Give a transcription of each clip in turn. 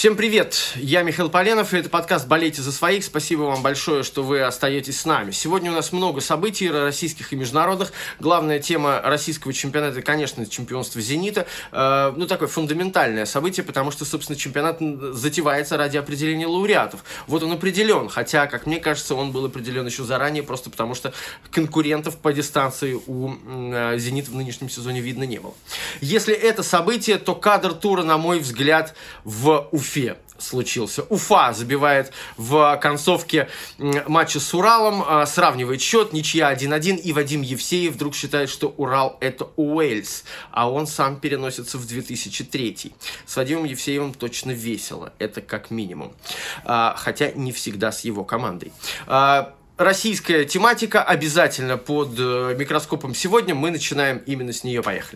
Всем привет, я Михаил Поленов, и это подкаст «Болейте за своих». Спасибо вам большое, что вы остаетесь с нами. Сегодня у нас много событий, российских и международных. Главная тема российского чемпионата, конечно, чемпионство «Зенита». Такое фундаментальное событие, потому что, собственно, чемпионат затевается ради определения лауреатов. Вот он определен, хотя, как мне кажется, он был определен еще заранее, просто потому что конкурентов по дистанции у «Зенита» в нынешнем сезоне видно не было. Если это событие, то кадр тура, на мой взгляд, в Уфе случился. Уфа забивает в концовке матча с Уралом, сравнивает счет, ничья 1-1, и Вадим Евсеев вдруг считает, что Урал — это Уэльс, а он сам переносится в 2003. С Вадимом Евсеевым точно весело, это как минимум. Хотя не всегда с его командой. Российская тематика обязательно под микроскопом сегодня. Мы начинаем именно с нее. Поехали.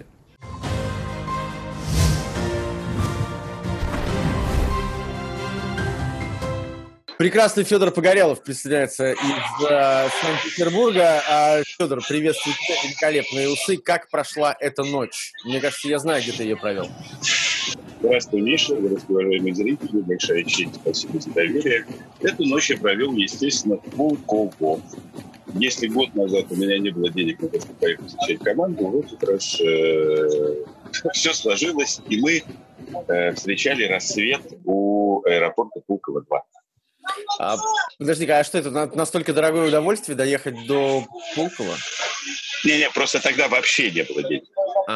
Прекрасный Федор Погорелов присоединяется из Санкт-Петербурга. Федор, приветствую тебя, великолепные усы. Как прошла эта ночь? Мне кажется, я знаю, где ты ее провел. Здравствуй, Миша. Здравствуй, уважаемые зрители. Большая честь. Спасибо за доверие. Эту ночь я провел, естественно, в Пулково. Если год назад у меня не было денег на то, чтобы поехать встречать команду, в этот раз все сложилось, и мы встречали рассвет у аэропорта Пулково-2. Подожди-ка, а что это? Настолько дорогое удовольствие доехать до Пулково? Не, просто тогда вообще не было денег.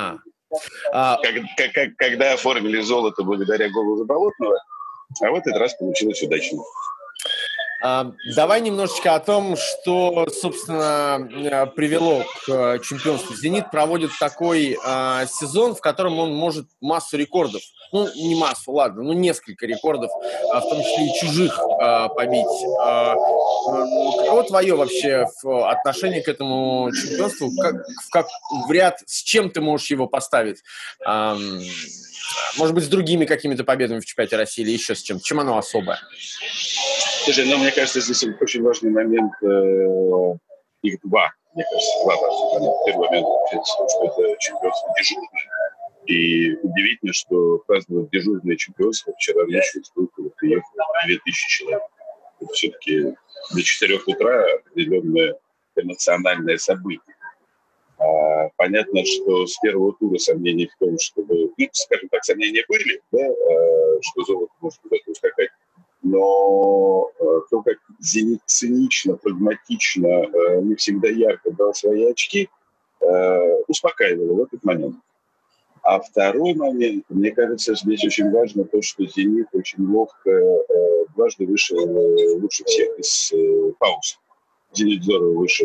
Когда оформили золото благодаря голу Заболотного, а в этот раз получилось удачно. Давай немножечко о том, что, собственно, привело к чемпионству. «Зенит» проводит такой сезон, в котором он может массу рекордов. Не массу, ладно, несколько рекордов, в том числе и чужих, побить. Каково твое вообще отношение к этому чемпионству? Как в ряд, с чем ты можешь его поставить? Может быть, с другими какими-то победами в чемпионате России или еще с чем? Чем оно особое? Слушай, мне кажется, здесь очень важный момент, их два. Мне кажется, два важных момента. Первый момент, что это чемпионство дежурное. И удивительно, что праздновать дежурное чемпионство вчера ночью приехало 2000 человек. Это все-таки до 4 утра определенное эмоциональное событие. Понятно, что с первого тура сомнений в том, чтобы, скажем так, сомнения были, да, что золото может куда-то ускакать. Но то, как «Зенит» цинично, прагматично, не всегда ярко дал свои очки, успокаивало в этот момент. А второй момент, мне кажется, здесь очень важно то, что «Зенит» очень ловко дважды вышел лучше всех из пауз. «Зенит» здорово вышел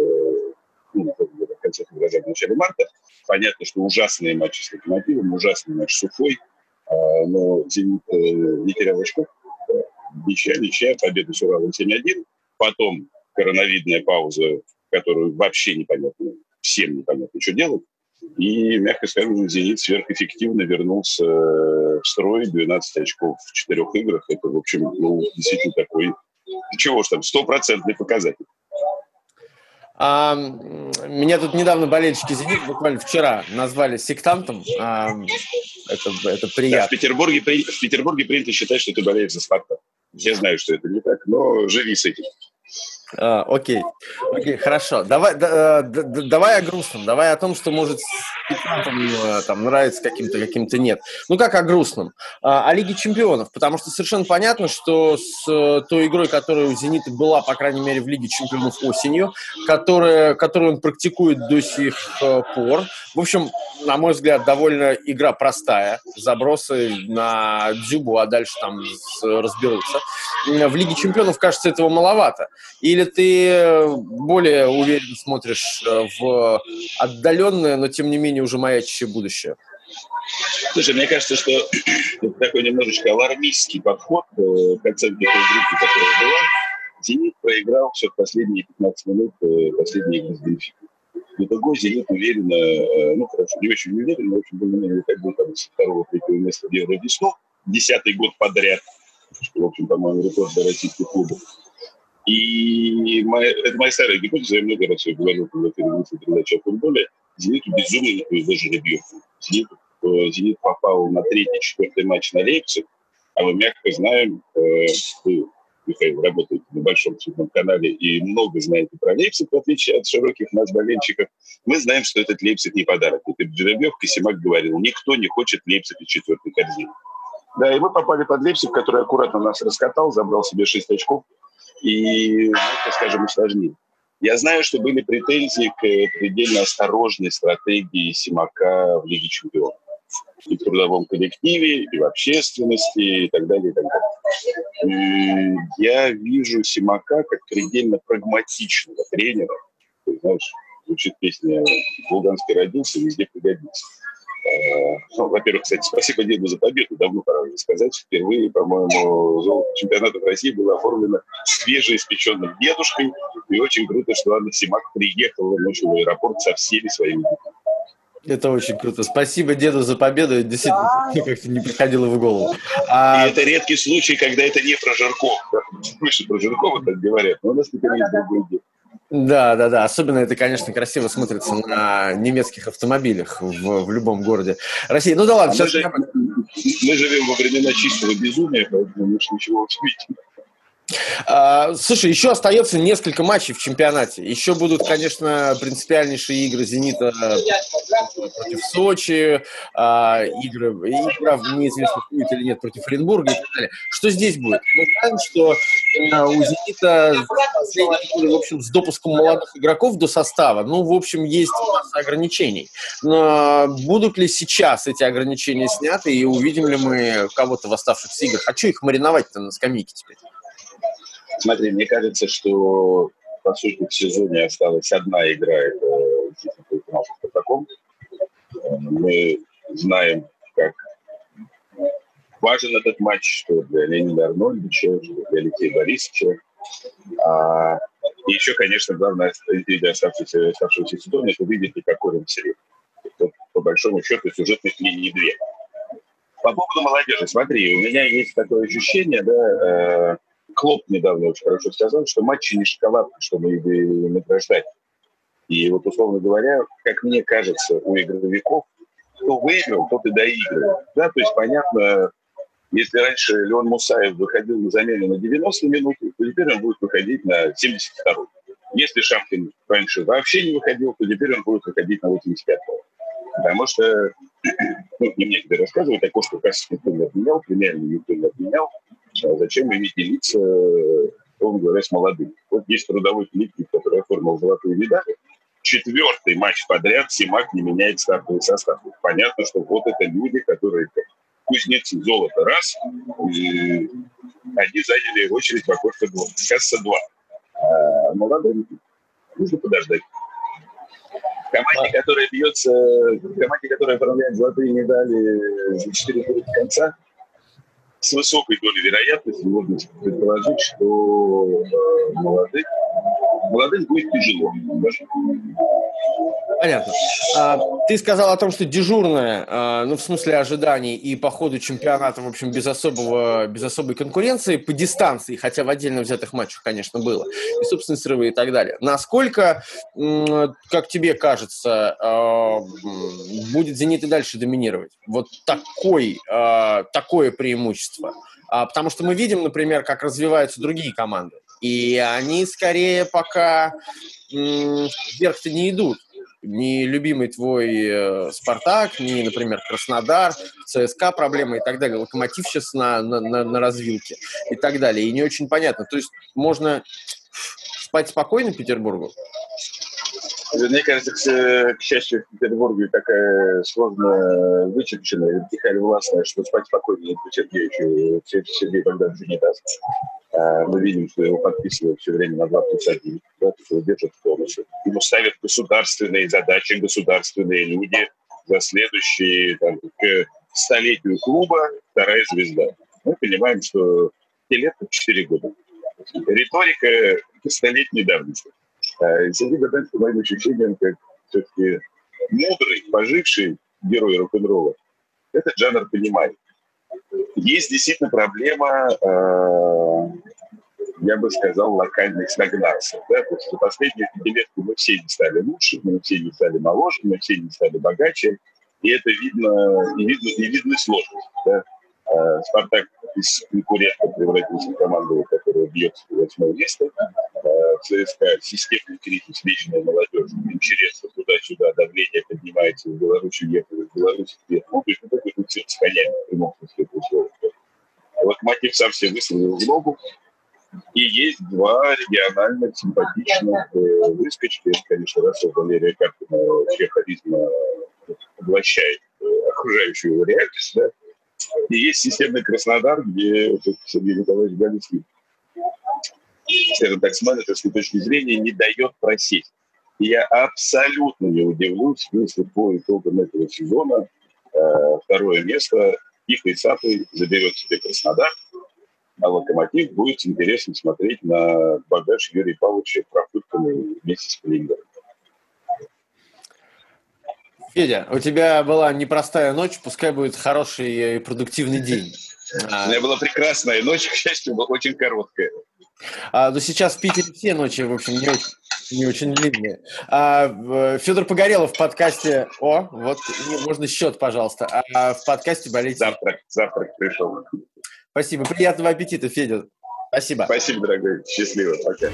в конце февраля, в начале марта. Понятно, что ужасные матчи с «Локомотивом», ужасный матч с Уфой, но «Зенит» не терял очков. Ничья, победа с Уралом 7-1, потом коронавидная пауза, которую вообще непонятно, всем непонятно, что делать, и, мягко скажем, «Зенит» сверхэффективно вернулся в строй, 12 очков в 4 играх, это, в общем, действительно такой, чего ж там, 100% показатель. Меня тут недавно болельщики «Зенита» буквально вчера назвали сектантом. Это приятно. Да, в Петербурге принято считать, что ты болеешь за «Спартак». Я знаю, что это не так, но живи с этим. Окей, хорошо. Давай о грустном. Давай о том, что, может, там нравится каким-то нет. Как о грустном? О Лиге чемпионов. Потому что совершенно понятно, что с той игрой, которая у «Зенита» была, по крайней мере, в Лиге чемпионов осенью, которую он практикует до сих пор. В общем, на мой взгляд, довольно игра простая. Забросы на Дзюбу, а дальше там разберутся. В Лиге чемпионов, кажется, этого маловато. Или ты более уверенно смотришь в отдаленное, но тем не менее уже маячащее будущее? Слушай, мне кажется, что это такой немножечко алармистский подход к оценке той группы, которая была. «Зенит» проиграл все в последние 15 минут последние игры с «Бенфикой». В итоге «Зенит» уверенно, хорошо, не очень уверенно, но очень более-менее выходил там с 2-3 места в Евровесну, 10-й год подряд, что, в общем, по-моему, рекорд для российских клубов. И это моя старая гипотеза, я много раз ее говорил, когда передвинулся передача о футболе. «Зениту» безумно не повезло жеребьевку. «Зенит» попал на 3-4 матч на Лейпциг, А мы мягко знаем, вы, Михаил, работаете на большом канале и много знаете про Лейпциг, в отличие от широких нас болельщиков. Мы знаем, что этот Лейпциг не подарок. Это жеребьевка, Симак говорил, никто не хочет Лейпциг из четвертой корзины. Да, и мы попали под Лейпциг, который аккуратно нас раскатал, забрал себе 6 очков и, скажем, усложнил. Я знаю, что были претензии к предельно осторожной стратегии Симака в Лиге Чемпионов. И в трудовом коллективе, и в общественности, и так далее, и так далее. Я вижу Симака как предельно прагматичного тренера. Ты знаешь, звучит песня «В Луганске родился, везде пригодится». Ну, во-первых, кстати, спасибо деду за победу. Давно пора уже сказать. Впервые, по-моему, золото чемпионата России было оформлено свежеиспеченным дедушкой. И очень круто, что Анна Симак приехала ночью в аэропорт со всеми своими детьми. Это очень круто. Спасибо деду за победу. Это действительно как-то не приходило в голову. И это редкий случай, когда это не про Жиркова. Выше про Жиркова так говорят, но у нас теперь есть другой дед. Да. Особенно это, конечно, красиво смотрится на немецких автомобилях в любом городе России. Ну да ладно. Мы живем во времена чистого безумия, поэтому мы ничего удивительного. Слушай, еще остается несколько матчей в чемпионате. Еще будут, конечно, принципиальнейшие игры «Зенита» против Сочи, игра неизвестно, будет или нет, против Оренбурга и так далее. Что здесь будет? Мы знаем, что у «Зенита» в общем, с допуском молодых игроков до состава, в общем, есть масса ограничений. Но будут ли сейчас эти ограничения сняты, и увидим ли мы кого-то в оставшихся играх? А что их мариновать-то на скамейке теперь? Смотри, мне кажется, что, по сути, в сезоне осталась одна игра, это финал с Спартаком. Мы знаем, как важен этот матч, что для Леонида Арнольдовича, что для Алексея Борисовича. И еще, конечно, главное для оставшегося сезона – это увидеть, какой он серьезный. По большому счету, сюжетных линий две. По поводу молодежи, смотри, у меня есть такое ощущение, да, Клоп недавно очень хорошо сказал, что матчи не шоколадки, чтобы их награждать. И вот, условно говоря, как мне кажется, у игровиков, кто выиграл, тот и доигрывал. Да, то есть, понятно, если раньше Леон Мусаев выходил на замену на 90 минут, то теперь он будет выходить на 72-й. Если Шамкин раньше вообще не выходил, то теперь он будет выходить на 85-й. Потому что, не мне тебе рассказывать, окошко кассы никто не отменял, премиальный никто не отменял. Зачем ими делиться, условно говоря, с молодыми? Вот есть трудовой коллектив, который оформил золотые медали. 4-й матч подряд Симак не меняет стартовый состав. Понятно, что вот это люди, которые кузнецы золота раз, и они заняли очередь в окошко 2. Касса 2. А молодым нужно подождать. Команде, которая бьется, команде, которая оформляет золотые медали за 4 тура до конца, с высокой долей вероятности можно предположить, что молодым будет тяжело. Понятно. Ты сказал о том, что дежурная, в смысле ожиданий и по ходу чемпионата, в общем, без особой конкуренции по дистанции, хотя в отдельно взятых матчах, конечно, было, и собственные срывы и так далее. Насколько, как тебе кажется, будет «Зенит» и дальше доминировать? Вот такое преимущество. Потому что мы видим, например, как развиваются другие команды. И они скорее пока вверх-то не идут. Ни любимый твой «Спартак», ни, например, Краснодар, ЦСКА проблемы и так далее. «Локомотив» сейчас на развилке и так далее. И не очень понятно. То есть можно спать спокойно Петербургу? Мне кажется, к счастью, в Петербурге такая сложно вычерченная вертикаль властная, что спать спокойно Сергей Богданович не даст. Мы видим, что его подписывают все время на 2+1, да, его держат в тонусе. Ему ставят государственные задачи, государственные люди за следующие, к столетию клуба вторая звезда. Мы понимаем, что 5 лет – 4 года. Риторика столетней давности. Сергей Богданович, по моим ощущениям, как все-таки мудрый, поживший герой рок-н-ролла, этот жанр понимает. Есть действительно проблема, я бы сказал, локальной стагнации. Да? То есть за последние 5 лет мы все не стали лучше, мы все не стали моложе, мы все не стали богаче. И это видно, и видны сложности. Да? «Спартак» из конкурента превратился в команду, которая бьется в 8-е место. ЦСКА системный кризис, личная молодежь, интересно туда-сюда, давление поднимается, в Беларуси ехали, в Беларуси нет. Ну, то есть, такой тут все с конями, в прямом смысле этого слова. Локомотив сам себе выстрелил в ногу. И есть два региональных симпатичных выскочки. Это, конечно, раз Валерия Карпина вообще харизма поглощает окружающую его реальность. Да? И есть системный Краснодар, где Сергей Николаевич Галицкий, скажем так, с менеджерской точки зрения, не дает просесть. И я абсолютно не удивлюсь, если по итогам этого сезона второе место тихой сапой заберет себе Краснодар, а Локомотив будет интересно смотреть на багаж Юрия Павловича пропытками вместе с Калининградом. Федя, у тебя была непростая ночь, пускай будет хороший и продуктивный день. У меня была прекрасная ночь, к счастью, была очень короткая. Но сейчас в Питере все ночи, в общем, не очень длинные. Федор Погорелов в подкасте... можно счет, пожалуйста. В подкасте «Болейте». Завтрак пришел. Спасибо. Приятного аппетита, Федя. Спасибо. Спасибо, дорогой. Счастливо. Пока.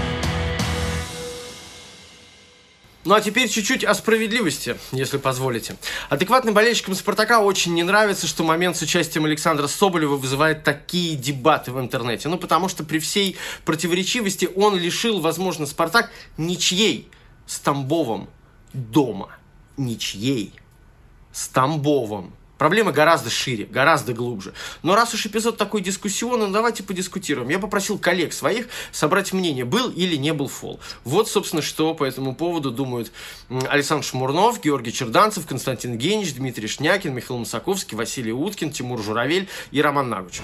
Ну а теперь чуть-чуть о справедливости, если позволите. Адекватным болельщикам «Спартака» очень не нравится, что момент с участием Александра Соболева вызывает такие дебаты в интернете. Ну потому что при всей противоречивости он лишил, возможно, «Спартак» ничьей с Тамбовом дома. Ничьей с Тамбовом. Проблема гораздо шире, гораздо глубже. Но раз уж эпизод такой дискуссионный, давайте подискутируем. Я попросил коллег своих собрать мнение, был или не был фол. Вот, собственно, что по этому поводу думают Александр Шмурнов, Георгий Черданцев, Константин Генич, Дмитрий Шнякин, Михаил Масаковский, Василий Уткин, Тимур Журавель и Роман Нагучев.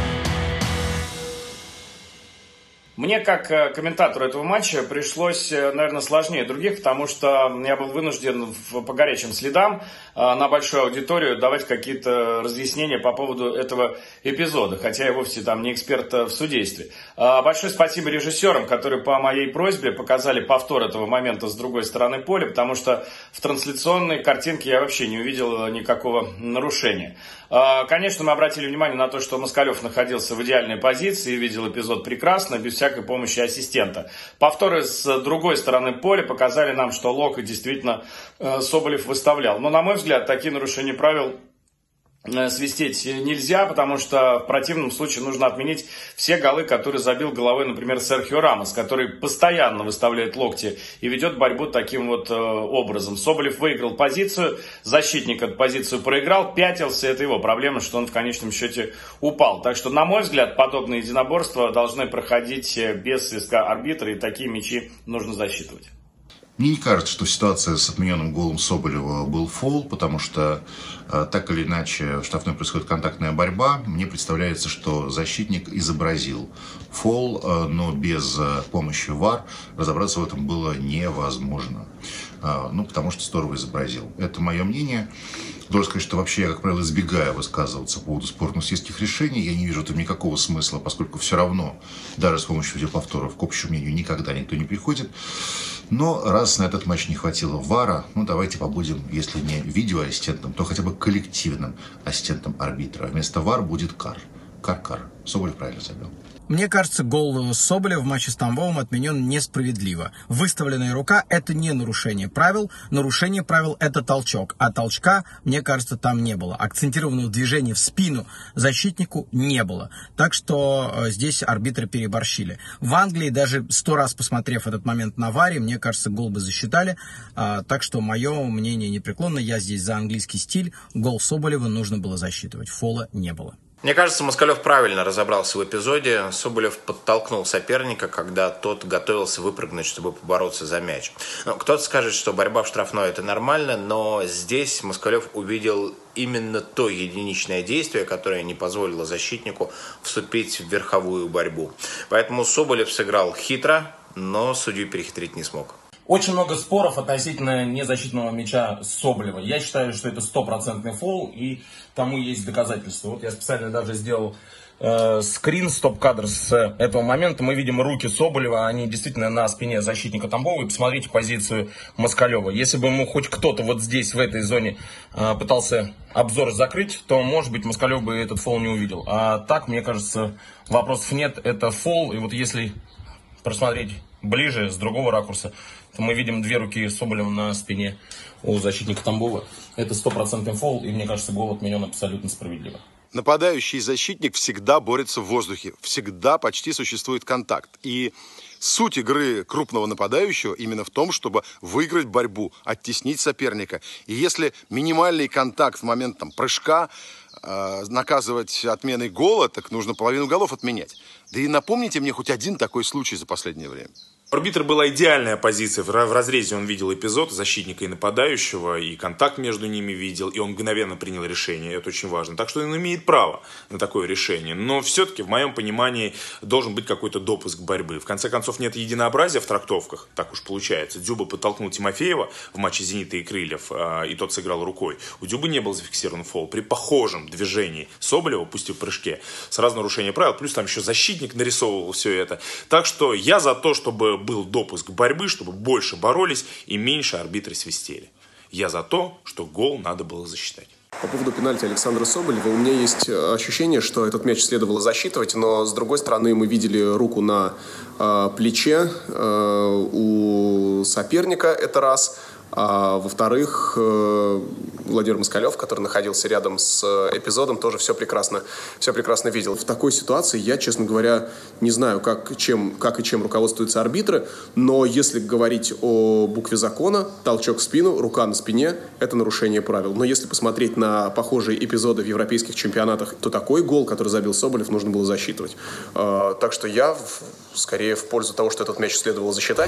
Мне, как комментатору этого матча, пришлось, наверное, сложнее других, потому что я был вынужден по горячим следам на большую аудиторию давать какие-то разъяснения по поводу этого эпизода, хотя я вовсе там не эксперт в судействе. Большое спасибо режиссерам, которые по моей просьбе показали повтор этого момента с другой стороны поля, потому что в трансляционной картинке я вообще не увидел никакого нарушения. Конечно, мы обратили внимание на то, что Москалев находился в идеальной позиции и видел эпизод прекрасно, без всякой помощи ассистента. Повторы с другой стороны поля показали нам, что локоть действительно Соболев выставлял. Но, на мой взгляд, такие нарушения правил свистеть нельзя, потому что в противном случае нужно отменить все голы, которые забил головой, например, Серхио Рамос, который постоянно выставляет локти и ведет борьбу таким вот образом. Соболев выиграл позицию, защитник эту позицию проиграл, пятился, это его проблема, что он в конечном счете упал. Так что, на мой взгляд, подобные единоборства должны проходить без свистка арбитра, и такие мячи нужно засчитывать. Мне не кажется, что ситуация с отмененным голом Соболева был фол, потому что так или иначе в штрафной происходит контактная борьба. Мне представляется, что защитник изобразил фол, но без помощи ВАР разобраться в этом было невозможно. Потому что здорово изобразил. Это мое мнение. Должен сказать, что вообще я, как правило, избегаю высказываться по поводу спортно-судейских решений. Я не вижу в этом никакого смысла, поскольку все равно, даже с помощью видеоповторов, к общему мнению никогда никто не приходит. Но раз на этот матч не хватило ВАРа, давайте побудем, если не видеоассистентом, то хотя бы коллективным ассистентом арбитра. Вместо ВАР будет КАР. КАР. Соболев правильно забил. Мне кажется, гол Соболя в матче с Тамбовом отменен несправедливо. Выставленная рука – это не нарушение правил. Нарушение правил – это толчок. А толчка, мне кажется, там не было. Акцентированного движения в спину защитнику не было. Так что здесь арбитры переборщили. В Англии, даже 100 раз посмотрев этот момент на ВАРе, мне кажется, гол бы засчитали. Так что мое мнение непреклонно. Я здесь за английский стиль. Гол Соболева нужно было засчитывать. Фола не было. Мне кажется, Москалев правильно разобрался в эпизоде. Соболев подтолкнул соперника, когда тот готовился выпрыгнуть, чтобы побороться за мяч. Кто-то скажет, что борьба в штрафной – это нормально, но здесь Москалев увидел именно то единичное действие, которое не позволило защитнику вступить в верховую борьбу. Поэтому Соболев сыграл хитро, но судью перехитрить не смог. Очень много споров относительно незащитного мяча Соболева. Я считаю, что это 100% фол, и тому есть доказательства. Вот я специально даже сделал скрин, стоп-кадр с этого момента. Мы видим руки Соболева, они действительно на спине защитника Тамбова. И посмотрите позицию Москалева. Если бы ему хоть кто-то вот здесь, в этой зоне, пытался обзор закрыть, то, может быть, Москалев бы этот фол не увидел. А так, мне кажется, вопросов нет. Это фол. И вот если просмотреть ближе, с другого ракурса, то мы видим две руки Соболева на спине у защитника Тамбова. Это 100% фол, и мне кажется, гол отменен абсолютно справедливо. Нападающий и защитник всегда борются в воздухе, всегда почти существует контакт. И суть игры крупного нападающего именно в том, чтобы выиграть борьбу, оттеснить соперника. И если минимальный контакт в момент прыжка наказывать отменой гола, так нужно половину голов отменять. Да и напомните мне хоть один такой случай за последнее время. У арбитра была идеальная позиция. В разрезе он видел эпизод защитника и нападающего, и контакт между ними видел, и он мгновенно принял решение. Это очень важно. Так что он имеет право на такое решение. Но все-таки, в моем понимании, должен быть какой-то допуск борьбы. В конце концов, нет единообразия в трактовках. Так уж получается. Дзюба подтолкнул Тимофеева в матче «Зенита» и «Крыльев», и тот сыграл рукой. У Дзюбы не был зафиксирован фол. При похожем движении Соболева, пусть и в прыжке, сразу нарушение правил. Плюс там еще защитник нарисовывал все это. Так что я за то, чтобы был допуск борьбы, чтобы больше боролись и меньше арбитры свистели. Я за то, что гол надо было засчитать. По поводу пенальти Александра Соболева, у меня есть ощущение, что этот мяч следовало засчитывать, но, с другой стороны, мы видели руку на плече у соперника, это раз. А во-вторых, Владимир Москалев, который находился рядом с эпизодом, тоже все прекрасно видел. В такой ситуации я, честно говоря, не знаю, как и чем руководствуются арбитры, но если говорить о букве закона, толчок в спину, рука на спине – это нарушение правил. Но если посмотреть на похожие эпизоды в европейских чемпионатах, то такой гол, который забил Соболев, нужно было засчитывать. Так что я скорее в пользу того, что этот мяч следовало засчитать.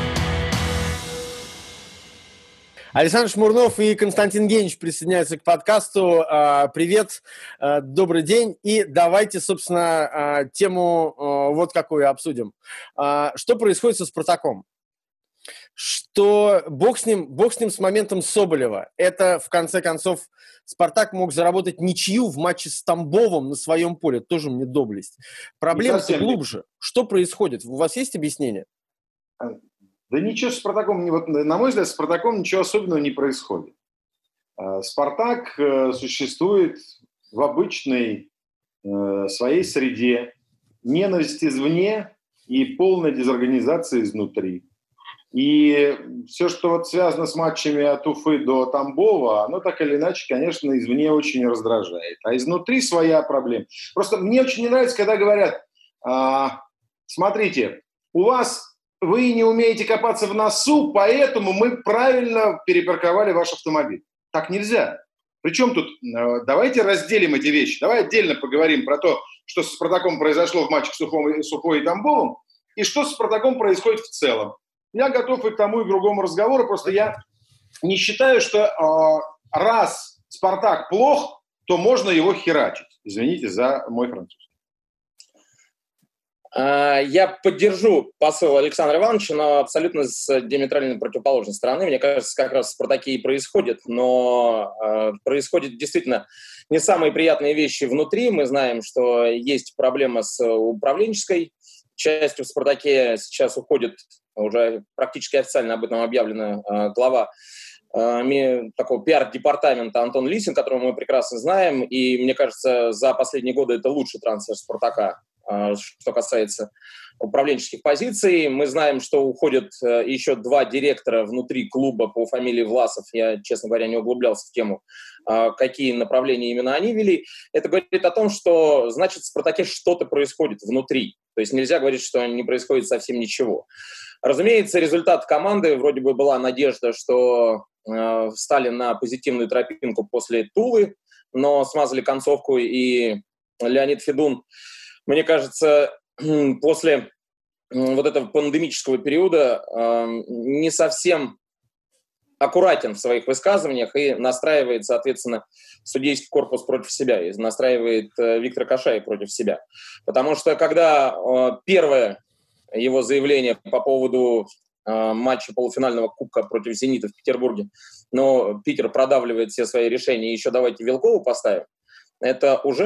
Александр Шмурнов и Константин Генич присоединяются к подкасту. Привет, добрый день. И давайте, собственно, тему вот какую обсудим. Что происходит со «Спартаком»? Что бог с ним с моментом Соболева. Это, в конце концов, «Спартак» мог заработать ничью в матче с Тамбовом на своем поле. Тоже мне доблесть. Проблема-то глубже. Что происходит? У вас есть объяснение? Да ничего с «Спартаком», на мой взгляд, с «Спартаком» ничего особенного не происходит. «Спартак» существует в обычной своей среде, ненависть извне и полная дезорганизация изнутри. И все, что вот связано с матчами от Уфы до Тамбова, оно так или иначе, конечно, извне очень раздражает. А изнутри своя проблема. Просто мне очень не нравится, когда говорят, смотрите, вы не умеете копаться в носу, поэтому мы правильно перепарковали ваш автомобиль. Так нельзя. Причем тут, давайте разделим эти вещи. Давай отдельно поговорим про то, что с «Спартаком» произошло в матчах с Уфой и Тамбовом, и что с «Спартаком» происходит в целом. Я готов и к тому, и к другому разговору, просто я не считаю, что раз «Спартак» плох, то можно его херачить. Извините за мой французский. Я поддержу посыл Александра Ивановича, но абсолютно с диаметрально противоположной стороны. Мне кажется, как раз в «Спартаке» и происходит, но происходят действительно не самые приятные вещи внутри. Мы знаем, что есть проблема с управленческой частью в «Спартаке». Сейчас уходит, уже практически официально об этом объявлена глава такого пиар-департамента Антон Лисин, которого мы прекрасно знаем. И мне кажется, за последние годы это лучший трансфер «Спартака», что касается управленческих позиций. Мы знаем, что уходят еще 2 директора внутри клуба по фамилии Власов. Я, честно говоря, не углублялся в тему, какие направления именно они вели. Это говорит о том, что, значит, в «Спартаке» что-то происходит внутри. То есть нельзя говорить, что не происходит совсем ничего. Разумеется, результат команды, вроде бы была надежда, что встали на позитивную тропинку после Тулы, но смазали концовку, и Леонид Федун, мне кажется, после вот этого пандемического периода не совсем аккуратен в своих высказываниях и настраивает, соответственно, судейский корпус против себя, и настраивает Виктора Кашаева против себя. Потому что когда первое его заявление по поводу матча полуфинального кубка против «Зенита» в Петербурге, но Питер продавливает все свои решения, еще давайте Вилкову поставим, это уже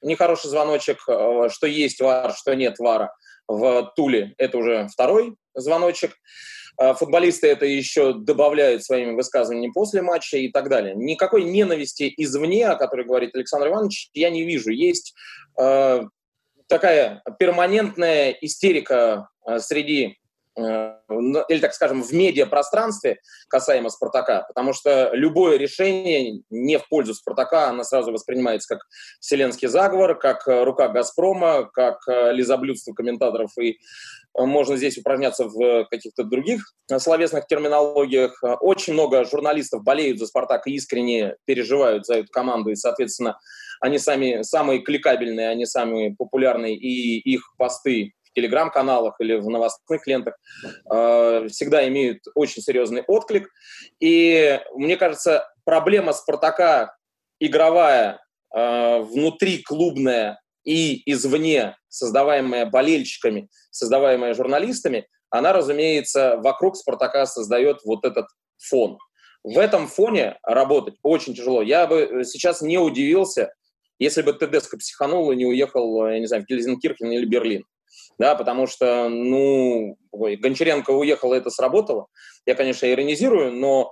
нехороший звоночек, что есть ВАР, что нет ВАРа в Туле. Это уже второй звоночек. Футболисты это еще добавляют своими высказываниями после матча и так далее. Никакой ненависти извне, о которой говорит Александр Иванович, я не вижу. Есть такая перманентная истерика среди, или, так скажем, в медиапространстве касаемо «Спартака», потому что любое решение не в пользу «Спартака», оно сразу воспринимается как вселенский заговор, как рука «Газпрома», как лизоблюдство комментаторов, и можно здесь упражняться в каких-то других словесных терминологиях. Очень много журналистов болеют за «Спартак» и искренне переживают за эту команду, и, соответственно, они сами самые кликабельные, они самые популярные, и их посты в телеграм-каналах или в новостных лентах всегда имеют очень серьезный отклик. И мне кажется, проблема «Спартака» игровая, внутриклубная и извне, создаваемая болельщиками, создаваемая журналистами, она, разумеется, вокруг «Спартака» создает вот этот фон. В этом фоне работать очень тяжело. Я бы сейчас не удивился, если бы Тедеско психанул и не уехал, я не знаю, в Гельзенкирхен или Берлин. Да, потому что, Гончаренко уехал, и это сработало. Я, конечно, иронизирую, но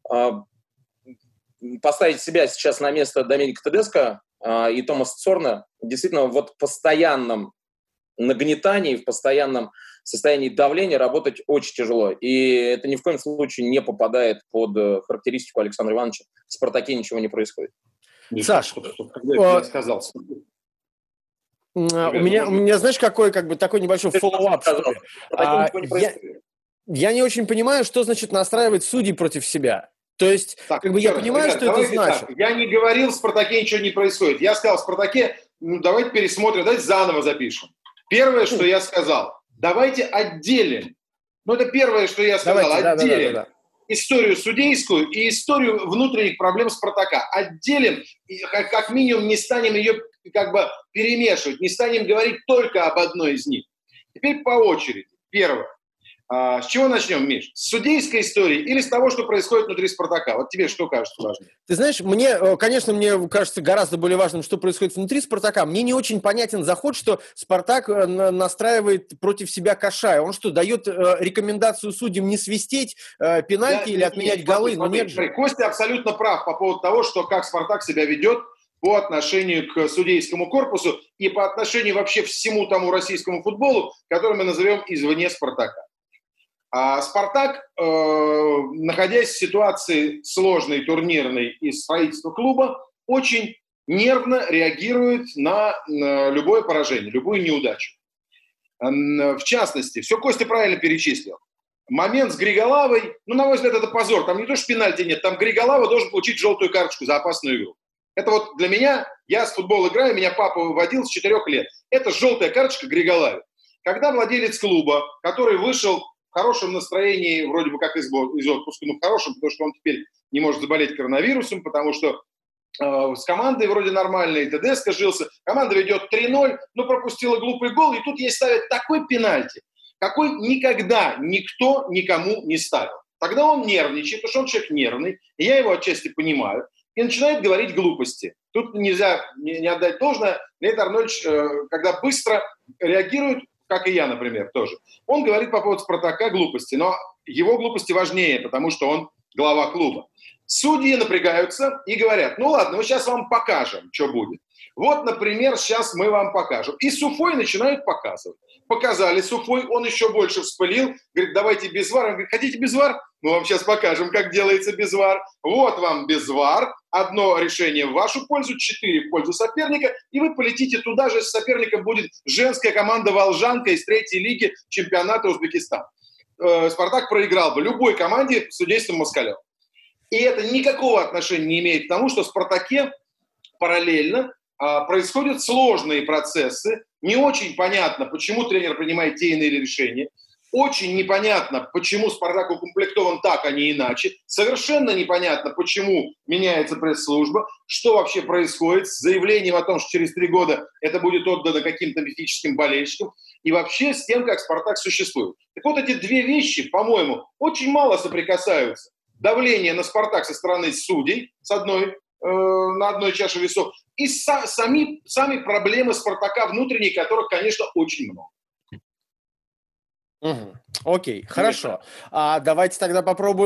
поставить себя сейчас на место Доминика Тедеско и Томаса Цорна действительно вот в постоянном нагнетании, в постоянном состоянии давления работать очень тяжело. И это ни в коем случае не попадает под характеристику Александра Ивановича. В «Спартаке» ничего не происходит. Саш, я сказал. У меня, знаешь, какой такой небольшой фоллоуап, что ли? Я не очень понимаю, что значит настраивать судей против себя. То есть, я понимаю, что это значит. Я не говорил, в «Спартаке» ничего не происходит. Я сказал, в «Спартаке», давайте пересмотрим, давайте заново запишем. Первое, что я сказал, давайте отделим. Это первое, что я сказал, отделим историю судейскую и историю внутренних проблем «Спартака». Отделим, и как минимум не станем ее перемешивать, не станем говорить только об одной из них. Теперь по очереди. Первое. С чего начнем, Миш? С судейской истории или с того, что происходит внутри «Спартака»? Вот тебе что кажется важным? Ты знаешь, мне кажется гораздо более важным, что происходит внутри «Спартака». Мне не очень понятен заход, что «Спартак» настраивает против себя Кашая. Он что, дает рекомендацию судьям не свистеть пенальти или отменять голы? Костя абсолютно прав по поводу того, что как «Спартак» себя ведет по отношению к судейскому корпусу и по отношению вообще всему тому российскому футболу, который мы назовем извне «Спартака». А «Спартак», находясь в ситуации сложной, турнирной и строительства клуба, очень нервно реагирует на любое поражение, любую неудачу. В частности, все Костя правильно перечислил. Момент с Григолавой, на мой взгляд, это позор. Там не то, что пенальти нет, там Григолава должен получить желтую карточку за опасную игру. Это вот для меня, я с футбола играю, меня папа выводил с 4 лет. Это желтая карточка Григолаве. Когда владелец клуба, который вышел в хорошем настроении, вроде бы как из отпуска, в хорошем, потому что он теперь не может заболеть коронавирусом, потому что с командой вроде нормально, и Тедеско жился. Команда ведет 3-0, но пропустила глупый гол, и тут ей ставят такой пенальти, какой никогда никто никому не ставил. Тогда он нервничает, потому что он человек нервный, и я его отчасти понимаю, и начинает говорить глупости. Тут нельзя не отдать должное. Леонид Арнольдович, когда быстро реагирует, как и я, например, тоже, он говорит по поводу «Спартака» глупости, но его глупости важнее, потому что он глава клуба. Судьи напрягаются и говорят, ладно, мы сейчас вам покажем, что будет. Вот, например, сейчас мы вам покажем. И с Уфой начинают показывать. Показали с Уфой, он еще больше вспылил, говорит, давайте без ВАР. Он говорит, хотите без ВАР? Мы вам сейчас покажем, как делается без ВАР. Вот вам без ВАР. Одно решение в вашу пользу, 4 в пользу соперника, и вы полетите туда же, с соперником будет женская команда «Волжанка» из 3-й лиги чемпионата Узбекистана. «Спартак» проиграл бы любой команде с судейством Москалева. И это никакого отношения не имеет к тому, что в «Спартаке» параллельно происходят сложные процессы. Не очень понятно, почему тренер принимает те или иные решения. Очень непонятно, почему «Спартак» укомплектован так, а не иначе. Совершенно непонятно, почему меняется пресс-служба, что вообще происходит с заявлением о том, что через 3 года это будет отдано каким-то мифическим болельщикам, и вообще с тем, как «Спартак» существует. Так вот, эти две вещи, по-моему, очень мало соприкасаются. Давление на «Спартак» со стороны судей, с одной на одной чаше весов, и сами проблемы «Спартака» внутренние, которых, конечно, очень много. Окей, хорошо. Давайте тогда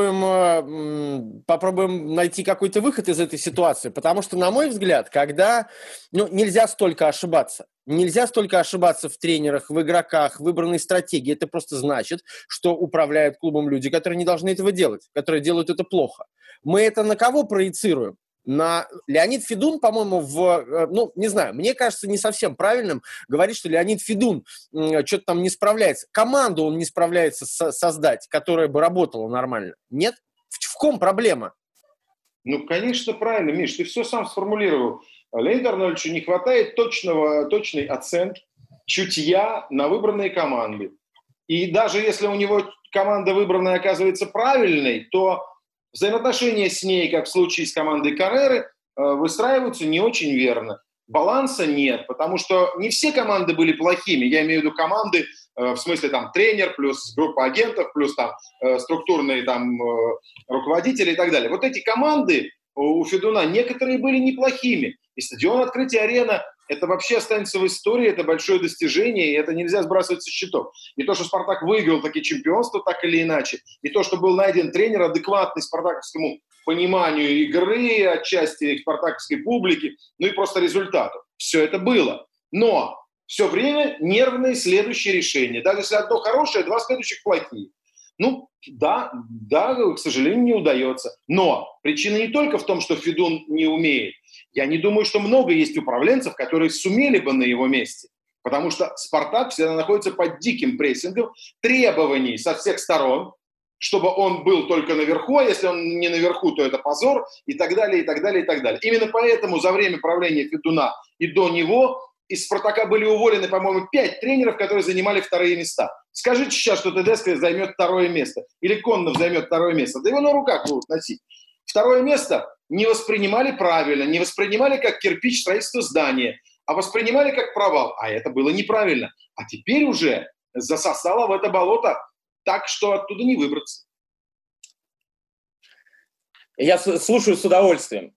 попробуем найти какой-то выход из этой ситуации, потому что, на мой взгляд, когда нельзя столько ошибаться. Нельзя столько ошибаться в тренерах, в игроках, в выбранной стратегии. Это просто значит, что управляют клубом люди, которые не должны этого делать, которые делают это плохо. Мы это на кого проецируем? На Леонид Федун, по-моему, не знаю, мне кажется не совсем правильным говорить, что Леонид Федун что-то там не справляется. Команду он не справляется создать, которая бы работала нормально. Нет? В ком проблема? Конечно, правильно, Миш, ты все сам сформулировал. Леониду Арнольдовичу не хватает точной оценки, чутья на выбранные команды. И даже если у него команда выбранная оказывается правильной, то взаимоотношения с ней, как в случае с командой Карреры, выстраиваются не очень верно. Баланса нет, потому что не все команды были плохими. Я имею в виду команды, в смысле там тренер, плюс группа агентов, плюс там структурные там руководители и так далее. Вот эти команды у Федуна некоторые были неплохими. И стадион «Открытие Арена» — это вообще останется в истории, это большое достижение, и это нельзя сбрасывать со счетов. И то, что «Спартак» выиграл такие чемпионства, так или иначе, и то, что был найден тренер, адекватный спартаковскому пониманию игры, отчасти спартаковской публики, и просто результату. Все это было. Но все время нервные следующие решения. Даже если одно хорошее, два следующих плохие. Да, к сожалению, не удается. Но причина не только в том, что Федун не умеет. Я не думаю, что много есть управленцев, которые сумели бы на его месте. Потому что «Спартак» всегда находится под диким прессингом требований со всех сторон, чтобы он был только наверху, а если он не наверху, то это позор, и так далее, и так далее, и так далее. Именно поэтому за время правления Федуна и до него из «Спартака» были уволены, по-моему, 5 тренеров, которые занимали вторые места. Скажите сейчас, что Тедеско займет второе место, или Коннов займет второе место. Да его на руках будут носить. Второе место не воспринимали правильно, не воспринимали как кирпич строительства здания, а воспринимали как провал. А это было неправильно. А теперь уже засосало в это болото так, что оттуда не выбраться. Я слушаю с удовольствием.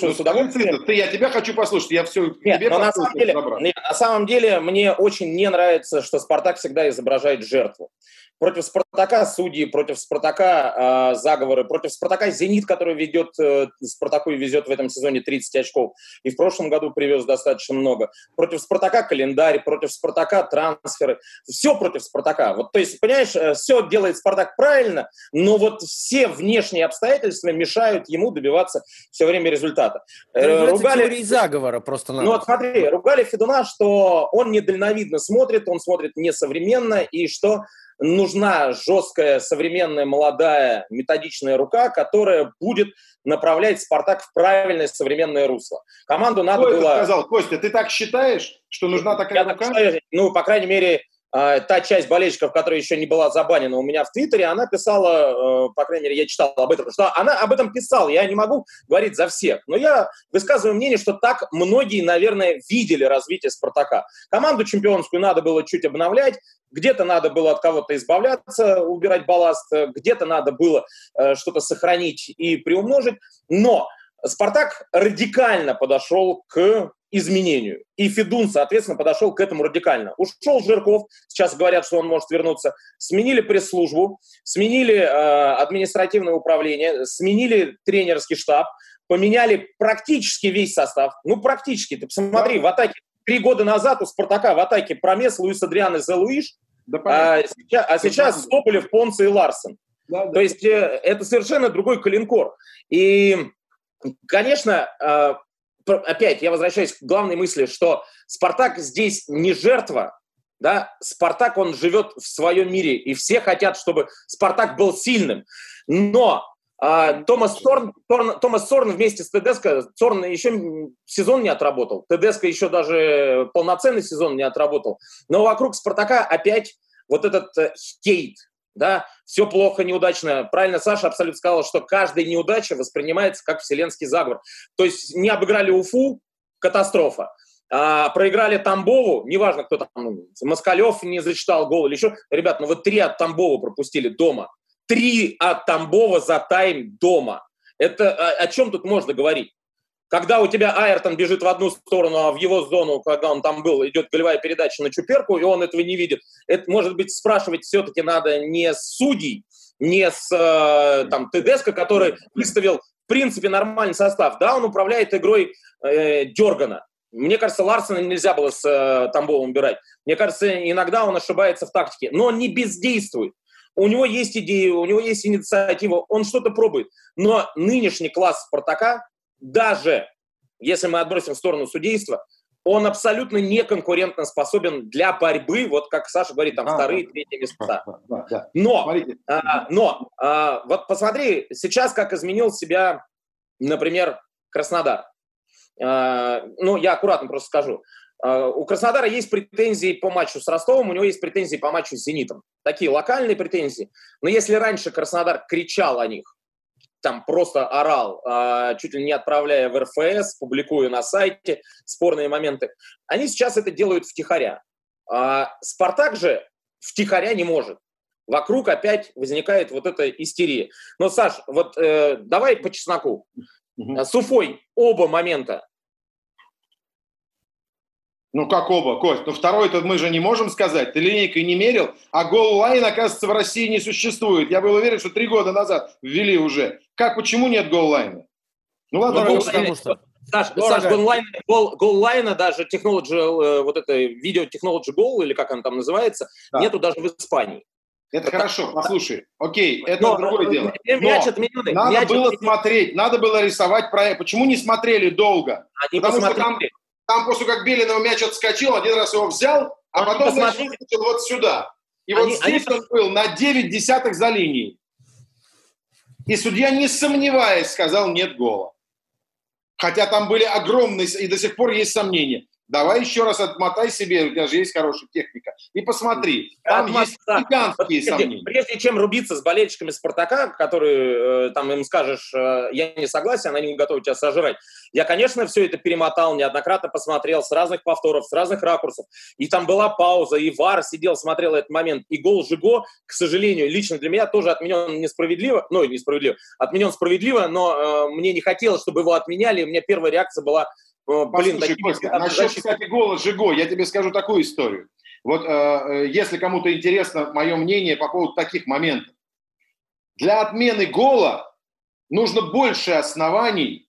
Я тебя хочу послушать. Я все Нет, но на самом деле мне очень не нравится, что «Спартак» всегда изображает жертву. Против «Спартака» судьи, против «Спартака» заговоры, против «Спартака» «Зенит», который ведет, «Спартаку» и везет в этом сезоне 30 очков, и в прошлом году привез достаточно много. Против «Спартака» календарь, против «Спартака» трансферы. Все против «Спартака». Вот, то есть, понимаешь, все делает «Спартак» правильно, но вот все внешние обстоятельства мешают ему добиваться все время результата. Ругали заговора просто. Вот смотри, ругали Федуна, что он недальновидно смотрит, он смотрит несовременно, и что нужна жесткая, современная, молодая, методичная рука, которая будет направлять «Спартак» в правильное современное русло. Команду надо было... Кто сказал? Костя, ты так считаешь, что нужна такая рука? По крайней мере, та часть болельщиков, которая еще не была забанена у меня в Твиттере, она писала, по крайней мере, я читал об этом, что она об этом писала. Я не могу говорить за всех, но я высказываю мнение, что так многие, наверное, видели развитие «Спартака». Команду чемпионскую надо было чуть обновлять, где-то надо было от кого-то избавляться, убирать балласт, где-то надо было что-то сохранить и приумножить, но «Спартак» радикально подошел к изменению. И Федун, соответственно, подошел к этому радикально. Ушел Жирков, сейчас говорят, что он может вернуться. Сменили пресс-службу, сменили административное управление, сменили тренерский штаб, поменяли практически весь состав. Практически. Ты посмотри, в атаке 3 года назад у «Спартака» в атаке Промес, Луис Адриан и Зе Луиш, а сейчас Соболев, Понце и Ларсен. То есть это совершенно другой коленкор. И, конечно, опять я возвращаюсь к главной мысли, что «Спартак» здесь не жертва, да? «Спартак», он живет в своем мире, и все хотят, чтобы «Спартак» был сильным. Но Томас Цорн вместе с Тедеско, Цорн еще сезон не отработал, Тедеско еще даже полноценный сезон не отработал, но вокруг «Спартака» опять вот этот хейт, да, все плохо, неудачно. Правильно Саша абсолютно сказал, что каждая неудача воспринимается как вселенский заговор. То есть не обыграли Уфу — катастрофа. Проиграли Тамбову, неважно, кто там, Москалев не зачитал гол или еще. Ребят, вы 3 от Тамбова пропустили дома. 3 от Тамбова за тайм дома. Это о чем тут можно говорить? Когда у тебя Айртон бежит в одну сторону, а в его зону, когда он там был, идет голевая передача на Чуперку, и он этого не видит. Это, может быть, спрашивать все-таки надо не с судей, не с там, Тедеско, который выставил, в принципе, нормальный состав. Да, он управляет игрой Дергана. Мне кажется, Ларсена нельзя было с Тамбовым убирать. Мне кажется, иногда он ошибается в тактике. Но он не бездействует. У него есть идеи, у него есть инициатива, он что-то пробует. Но нынешний класс Спартака, даже если мы отбросим в сторону судейства, он абсолютно не конкурентно способен для борьбы, вот как Саша говорит, там вторые, третьи места. Но вот посмотри, сейчас как изменил себя, например, Краснодар. Ну, я аккуратно просто скажу. У Краснодара есть претензии по матчу с Ростовом, у него есть претензии по матчу с Зенитом. Такие локальные претензии. Но если раньше Краснодар кричал о них, там просто орал, чуть ли не отправляя в РФС, публикуя на сайте спорные моменты, они сейчас это делают втихаря. Спартак же втихаря не может. Вокруг опять возникает вот эта истерия. Но, Саш, вот давай по чесноку. С Уфой оба момента. Ну, как оба, Кость? Ну, второй-то мы же не можем сказать. Ты линейкой не мерил, а голлайн, оказывается, в России не существует. Я был уверен, что 3 года назад ввели уже. Как, почему нет голлайна? Ну, ладно, потому что... Саш, голлайна, даже Technology, вот это видео Technology Goal, или как он там называется, нету даже в Испании. Это хорошо, послушай. Окей, это другое дело. Надо было смотреть, надо было рисовать проект. Почему не смотрели долго? Потому что там после как Белинов мяч отскочил, один раз его взял, а потом вытащил вот сюда. И вот здесь он был на 9/10 за линией. И судья, не сомневаясь, сказал нет гола. Хотя там были огромные, и до сих пор есть сомнения. Давай еще раз отмотай себе, у тебя же есть хорошая техника, и посмотри. Там есть гигантские сомнения. Прежде чем рубиться с болельщиками «Спартака», которые там им скажешь, я не согласен, они не готовы тебя сожрать, я, конечно, все это перемотал, неоднократно посмотрел с разных повторов, с разных ракурсов. И там была пауза, и ВАР сидел, смотрел этот момент. И гол Жиго, к сожалению, лично для меня тоже отменен несправедливо, отменен справедливо, но мне не хотелось, чтобы его отменяли. У меня первая реакция была... Послушай, Костя, насчет, кстати, гола Жиго, я тебе скажу такую историю. Вот если кому-то интересно мое мнение по поводу таких моментов. Для отмены гола нужно больше оснований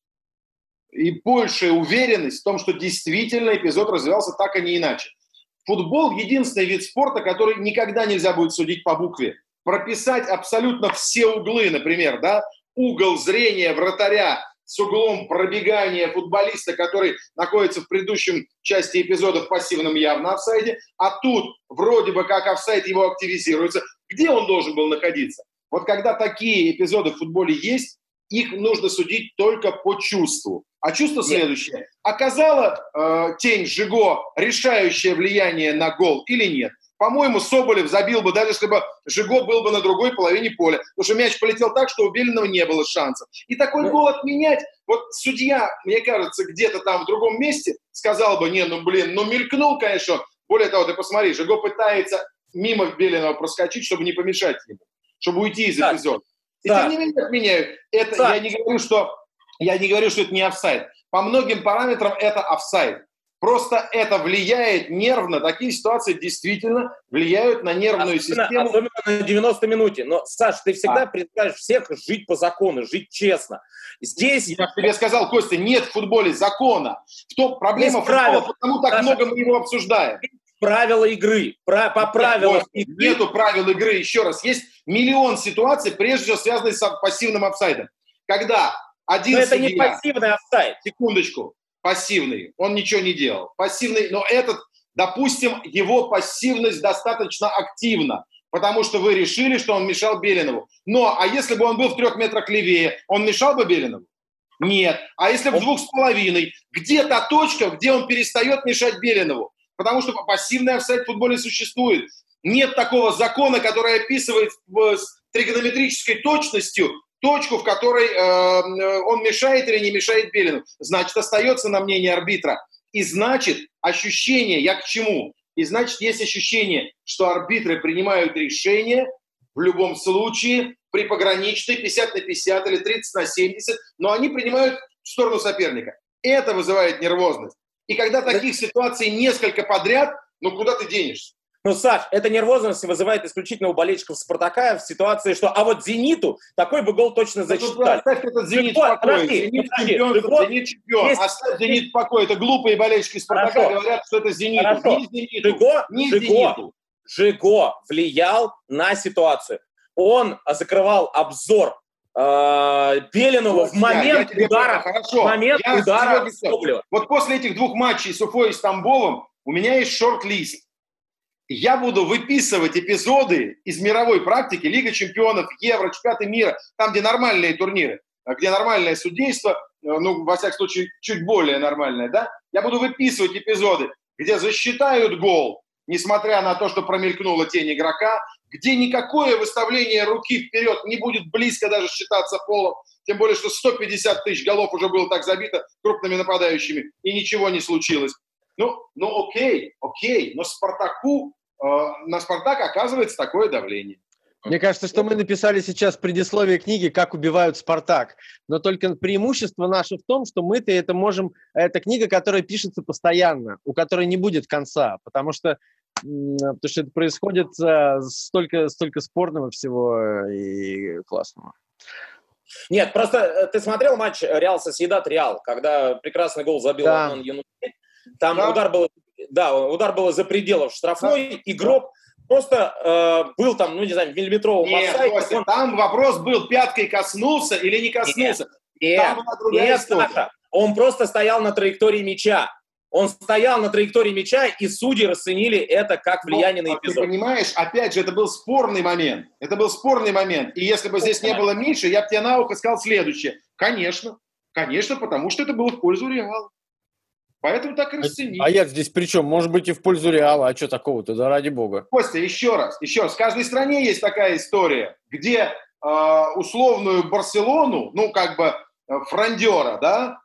и большая уверенность в том, что действительно эпизод развивался так, а не иначе. Футбол – единственный вид спорта, который никогда нельзя будет судить по букве. Прописать абсолютно все углы, например, да, угол зрения вратаря с углом пробегания футболиста, который находится в предыдущем части эпизода в пассивном явно офсайде, а тут вроде бы как офсайд его активизируется. Где он должен был находиться? Вот когда такие эпизоды в футболе есть, их нужно судить только по чувству. А чувство следующее. Оказала тень Жиго решающее влияние на гол или нет? По-моему, Соболев забил бы, даже если бы Жиго был бы на другой половине поля. Потому что мяч полетел так, что у Белинова не было шансов. И такой гол отменять, вот судья, мне кажется, где-то там в другом месте сказал бы, мелькнул, конечно. Более того, ты посмотри, Жиго пытается мимо Белинова проскочить, чтобы не помешать ему, чтобы уйти из эпизода. И тем не менее отменяют. Это я не говорю, что это не офсайд. По многим параметрам это офсайд. Просто это влияет нервно. Такие ситуации действительно влияют на нервную систему. Особенно на 90 минуте. Но, Саш, ты всегда призываешь всех жить по закону, жить честно. Здесь... Я тебе сказал, Костя, нет в футболе закона. Проблема футбола, потому так много мы его обсуждаем. Правила игры. По правилам игры. Нету правил игры. Еще раз, есть миллион ситуаций, прежде всего связанных с пассивным офсайдом. Когда один судья... это не пассивный офсайд. Секундочку. Пассивный. Он ничего не делал. Пассивный, но этот, допустим, его пассивность достаточно активна, потому что вы решили, что он мешал Белинову. А если бы он был в 3 метрах левее, он мешал бы Белинову? Нет. А если в 2,5? Где та точка, где он перестает мешать Белинову? Потому что пассивный офсайд в футболе существует. Нет такого закона, который описывает с тригонометрической точностью точку, в которой он мешает или не мешает Белину. Значит, остается на мнение арбитра. И значит, ощущение, я к чему? И значит, есть ощущение, что арбитры принимают решение в любом случае при пограничной 50/50 или 30/70, но они принимают в сторону соперника. Это вызывает нервозность. И когда таких ситуаций несколько подряд, ну куда ты денешься? Ну, Саш, эта нервозность вызывает исключительно у болельщиков «Спартака» в ситуации, что а вот «Зениту» такой бы гол точно засчитали. Оставь этот «Зенит» в покое. «Зенит» чемпион, «Зенит» чемпион. Оставь «Зенит» в покое. Это глупые болельщики «Спартака» говорят, что это «Зениту». Не «Зениту». «Зениту». Жиго влиял на ситуацию. Он закрывал обзор Беленова в момент удара. Соболева. Вот после этих двух матчей с Уфой и с Тамбовом у меня есть шорт-лист. Я буду выписывать эпизоды из мировой практики, Лига чемпионов, Евро, чемпионаты мира, там, где нормальные турниры, где нормальное судейство, ну, во всяком случае, чуть более нормальное, да? Я буду выписывать эпизоды, где засчитают гол, несмотря на то, что промелькнула тень игрока, где никакое выставление руки вперед не будет близко даже считаться фолом, тем более, что 150 тысяч голов уже было так забито крупными нападающими, и ничего не случилось. Ну окей, но на «Спартак» оказывается такое давление. Мне кажется, что мы написали сейчас предисловие книги «Как убивают Спартак». Но только преимущество наше в том, что мы-то это можем... Это книга, которая пишется постоянно, у которой не будет конца, потому что это происходит столько спорного всего и классного. Нет, просто ты смотрел матч Реал Сосьедад-Реал, когда прекрасный гол забил Аднан Янусович. Там удар был за пределов штрафной, игрок просто был там, ну не знаю, миллиметрового офсайда. Там вопрос был, пяткой коснулся или не коснулся. Нет, Саша, он просто стоял на траектории мяча. Он стоял на траектории мяча, и судьи расценили это как влияние на эпизод. Ты понимаешь, опять же, это был спорный момент. И если бы здесь не было Миши, я бы тебе на ухо сказал следующее. Конечно, потому что это было в пользу Реала. Поэтому так и расценили. А я здесь при чем? Может быть и в пользу Реала, а что такого-то, да ради бога. Костя, еще раз. В каждой стране есть такая история, где условную Барселону, фрондера, да,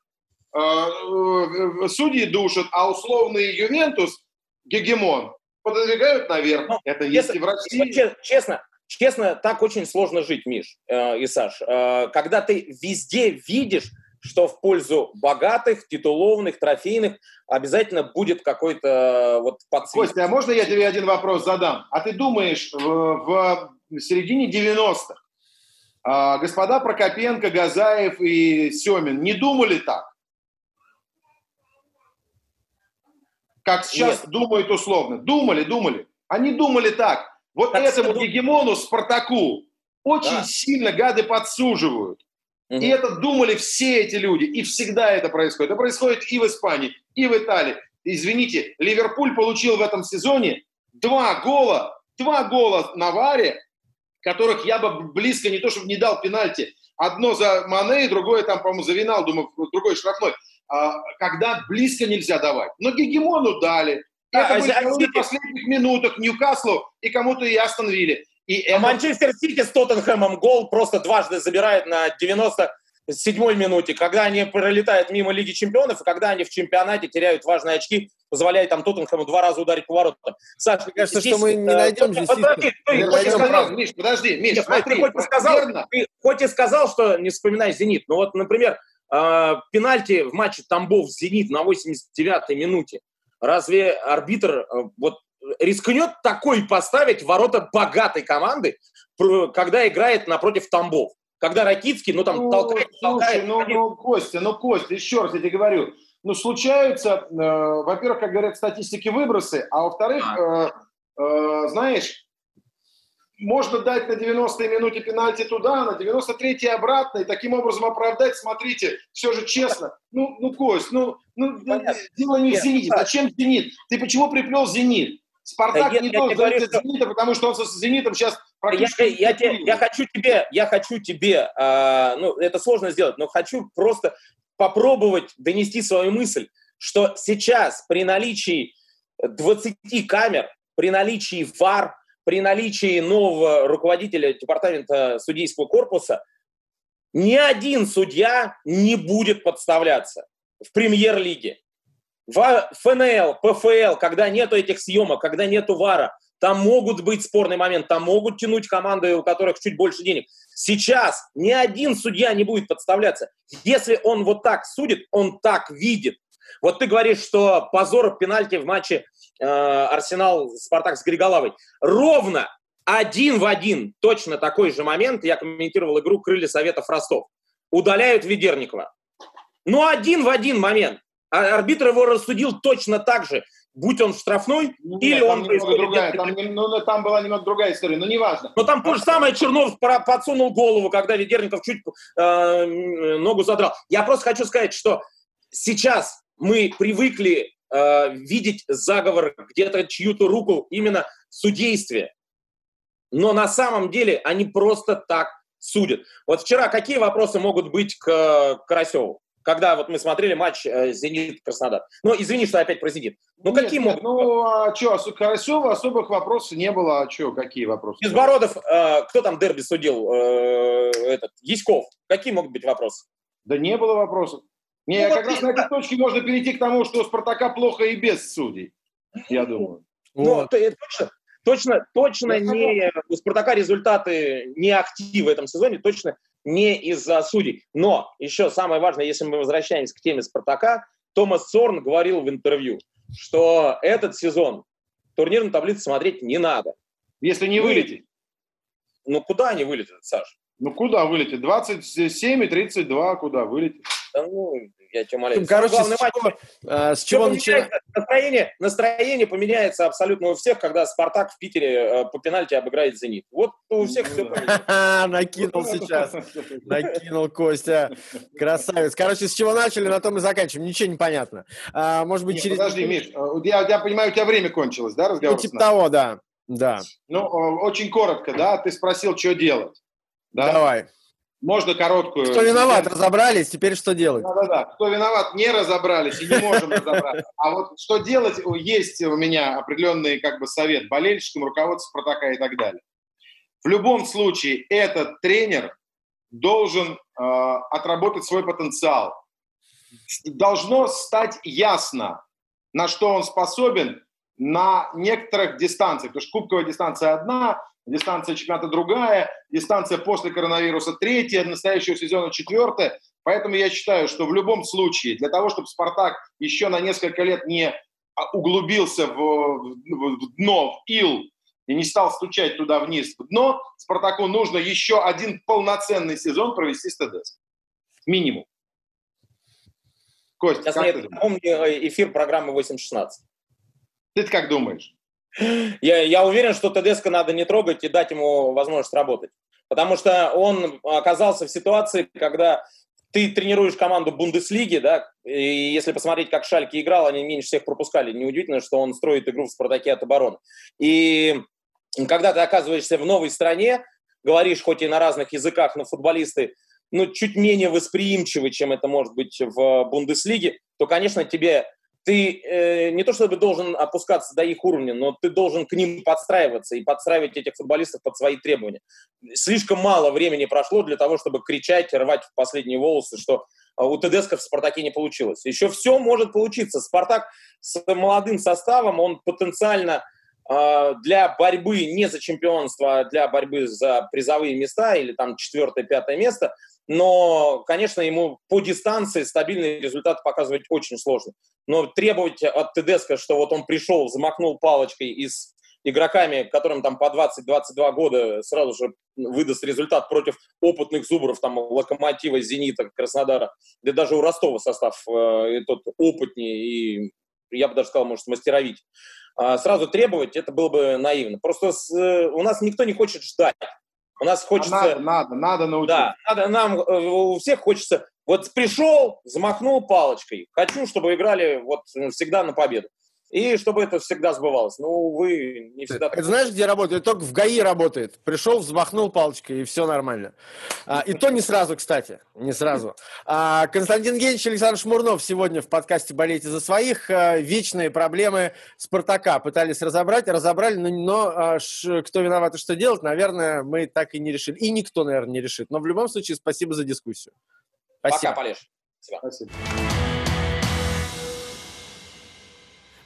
судьи душат, а условный Ювентус, гегемон, пододвигают наверх. Это есть и в России. Честно, так очень сложно жить, Миш и Саш. Когда ты везде видишь, что в пользу богатых, титулованных, трофейных обязательно будет какой-то подсвет. Костя, а можно я тебе один вопрос задам? А ты думаешь, в середине 90-х господа Прокопенко, Газаев и Семин не думали так? Как сейчас думают условно. Думали. Они думали так. Вот так этому гегемону Спартаку очень сильно гады подсуживают. И это думали все эти люди. И всегда это происходит. Это происходит и в Испании, и в Италии. Извините, Ливерпуль получил в этом сезоне 2 гола на ВАРе, которых я бы близко не то, чтобы не дал пенальти. Одно за Мане, другое там, по-моему, за Виналдума, другой штрафной. Когда близко нельзя давать. Но гегемону дали. Это были в последних минутах Ньюкаслу и кому-то и Астон Вилле. Манчестер Сити с Тоттенхэмом гол просто дважды забирает на 97-й минуте, когда они пролетают мимо Лиги чемпионов, и когда они в чемпионате теряют важные очки, позволяет там Тоттенхэму 2 раза ударить по воротам. Саша, мне кажется, что мы не найдем здесь... Подожди, Миш, смотри. Ты хоть и сказал, что не вспоминай «Зенит», но вот, например, пенальти в матче Тамбов-Зенит на 89-й минуте. Разве арбитр рискнет такой поставить в ворота богатой команды, когда играет напротив Тамбов? Когда Ракицкий, толкает... Костя, еще раз я тебе говорю. Случаются, во-первых, как говорят статистики, выбросы, а во-вторых, знаешь, можно дать на 90-й минуте пенальти туда, на 93-й обратно, и таким образом оправдать, смотрите, все же честно. Кость, дело не в «Зените». Зачем «Зенит»? Ты почему приплел «Зенит»? «Спартак» не должен говорить от «Зенита», потому что он со «Зенитом» сейчас практически... Я хочу тебе, это сложно сделать, но хочу просто попробовать донести свою мысль, что сейчас при наличии 20 камер, при наличии ВАР, при наличии нового руководителя департамента судейского корпуса ни один судья не будет подставляться в премьер-лиге. В ФНЛ, ПФЛ, когда нету этих съемок, когда нету ВАРа, там могут быть спорные моменты, там могут тянуть команды, у которых чуть больше денег. Сейчас ни один судья не будет подставляться. Если он вот так судит, он так видит. Вот ты говоришь, что позор пенальти в матче Арсенал-Спартак с Григоловой. Ровно 1 в 1 точно такой же момент, я комментировал игру «Крылья Советов Ростов». Удаляют Ведерникова. Ну, 1 в 1 момент. А арбитр его рассудил точно так же, будь он в штрафной, нет, или там он происходит... Там была немного другая история, но неважно. Но там то же самое, Чернов подсунул голову, когда Ведерников чуть ногу задрал. Я просто хочу сказать, что сейчас мы привыкли видеть заговор, где-то чью-то руку именно в судействе. Но на самом деле они просто так судят. Вот вчера какие вопросы могут быть к Карасеву? Когда вот мы смотрели матч «Зенит-Краснодар». Ну, извини, что опять про «Зенит». Ну, нет, какие нет, могут? Ну, а что, к Карасеву особых вопросов не было. А что, какие вопросы? Безбородов, кто там дерби судил? Яськов. Какие могут быть вопросы? Да не было вопросов. Не, Ну, как раз на этой точке можно перейти к тому, что у «Спартака» плохо и без судей, я думаю. Ну, точно не... У «Спартака» результаты не ахти в этом сезоне, точно не из-за судей. Но еще самое важное, если мы возвращаемся к теме «Спартака», Томас Цорн говорил в интервью, что этот сезон турнирную таблицу смотреть не надо. Если не вылетит. Ну, куда они вылетят, Саш? Ну, куда вылетит? 27 и 32, куда вылетит? Да ну, я тебя умоляю. Короче, с чего настроение поменяется абсолютно у всех, когда «Спартак» в Питере по пенальти обыграет «Зенит». Вот у всех все поменяется. Накинул сейчас. Накинул Костя. Красавец. Короче, с чего начали, на том и заканчиваем. Ничего не понятно. Может быть, через... Подожди, Миш, я понимаю, у тебя время кончилось, да, разговор? Ну, типа того, да. Да. Ну, очень коротко, да, ты спросил, что делать. Да? Давай. Можно короткую. Кто виноват, разобрались, теперь что делать? Да. Кто виноват, не разобрались и не можем разобраться. А вот что делать, есть у меня определенный как бы совет болельщикам, руководству «Спартака» и так далее. В любом случае этот тренер должен отработать свой потенциал. Должно стать ясно, на что он способен на некоторых дистанциях. Потому что кубковая дистанция одна, дистанция чемпионата другая, дистанция после коронавируса третья, настоящего сезона четвертая. Поэтому я считаю, что в любом случае, для того, чтобы «Спартак» еще на несколько лет не углубился в дно, в ил, и не стал стучать туда вниз в дно, «Спартаку» нужно еще один полноценный сезон провести с ТДСК. Минимум. Костя, сейчас как ты думаешь? Помню эфир программы 8.16. Ты как думаешь? Я уверен, что ТДСК надо не трогать и дать ему возможность работать. Потому что он оказался в ситуации, когда ты тренируешь команду Бундеслиги, да, и если посмотреть, как Шальке играл, они меньше всех пропускали. Неудивительно, что он строит игру в «Спартаке» от обороны. И когда ты оказываешься в новой стране, говоришь хоть и на разных языках, но футболисты чуть менее восприимчивы, чем это может быть в Бундеслиге, то, конечно, ты не то чтобы должен опускаться до их уровня, но ты должен к ним подстраиваться и подстраивать этих футболистов под свои требования. Слишком мало времени прошло для того, чтобы кричать, рвать в последние волосы, что у ТДСК в «Спартаке» не получилось. Еще все может получиться. «Спартак» с молодым составом, он потенциально для борьбы не за чемпионство, а для борьбы за призовые места или там 4-5 место. Но, конечно, ему по дистанции стабильный результат показывать очень сложно. Но требовать от ТДСК, что вот он пришел, замахнул палочкой и с игроками, которым там по 20-22 года сразу же выдаст результат против опытных зубров, там, Локомотива, Зенита, Краснодара, да даже у Ростова состав тот опытнее и, я бы даже сказал, может, мастеровить. Сразу требовать, это было бы наивно. Просто у нас никто не хочет ждать. У нас хочется... Надо научиться. Да, нам у всех хочется... Вот пришел, замахнул палочкой. Хочу, чтобы играли вот всегда на победу. И чтобы это всегда сбывалось. Ну, увы, не всегда... Это знаешь, где работает? Только в ГАИ работает. Пришел, взмахнул палочкой, и все нормально. И то не сразу, кстати. Не сразу. Константин Генич и Александр Шмурнов сегодня в подкасте «Болейте за своих». Вечные проблемы «Спартака» пытались разобрали, но кто виноват и что делать, наверное, мы так и не решили. И никто, наверное, не решит. Но в любом случае, спасибо за дискуссию. Спасибо. Пока, Полеш. Спасибо.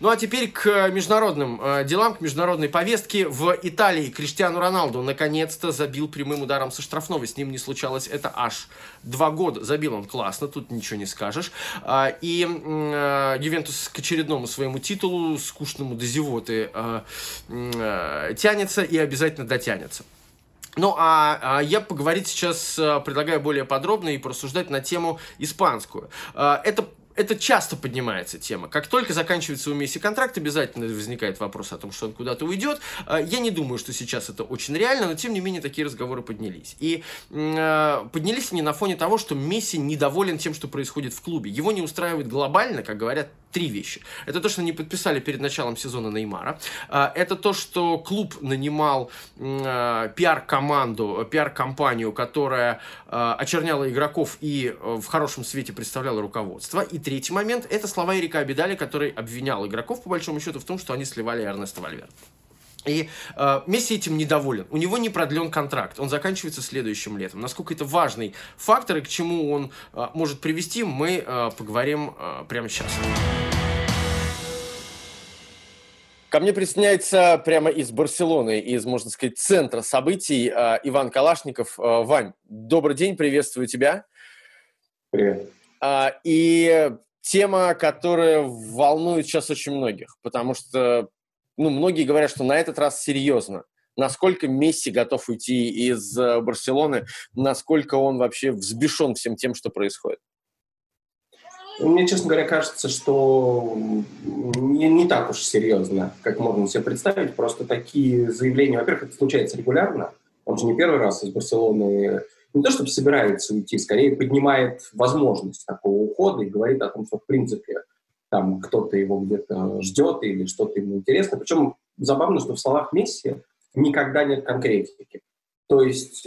Ну а теперь к международным делам, к международной повестке. В Италии Криштиану Роналду наконец-то забил прямым ударом со штрафного. С ним не случалось это аж 2 года. Забил он классно, тут ничего не скажешь. И Ювентус к очередному своему титулу, скучному до зевоты, тянется и обязательно дотянется. Ну, а я поговорить сейчас предлагаю более подробно и порассуждать на тему испанскую. Это часто поднимается тема. Как только заканчивается у Месси контракт, обязательно возникает вопрос о том, что он куда-то уйдет. Я не думаю, что сейчас это очень реально, но тем не менее такие разговоры поднялись. И поднялись они на фоне того, что Месси недоволен тем, что происходит в клубе. Его не устраивает глобально, как говорят, 3 вещи. Это то, что не подписали перед началом сезона Неймара. Это то, что клуб нанимал пиар-команду, пиар-компанию, которая очерняла игроков и в хорошем свете представляла руководство. И третий момент – это слова Эрика Абидаля, который обвинял игроков, по большому счету, в том, что они сливали Эрнеста Вальверде. И Месси этим недоволен. У него не продлен контракт. Он заканчивается следующим летом. Насколько это важный фактор и к чему он может привести, мы поговорим прямо сейчас. Ко мне присоединяется прямо из Барселоны, из, можно сказать, центра событий Иван Калашников. Вань, добрый день, приветствую тебя. Привет. И тема, которая волнует сейчас очень многих, потому что многие говорят, что на этот раз серьезно. Насколько Месси готов уйти из Барселоны, насколько он вообще взбешен всем тем, что происходит? Мне, честно говоря, кажется, что не так уж серьезно, как можно себе представить. Просто такие заявления, во-первых, это случается регулярно. Он же не первый раз из Барселоны не то чтобы собирается уйти, скорее поднимает возможность такого ухода и говорит о том, что, в принципе, там кто-то его где-то ждет или что-то ему интересно. Причем забавно, что в словах Месси никогда нет конкретики. То есть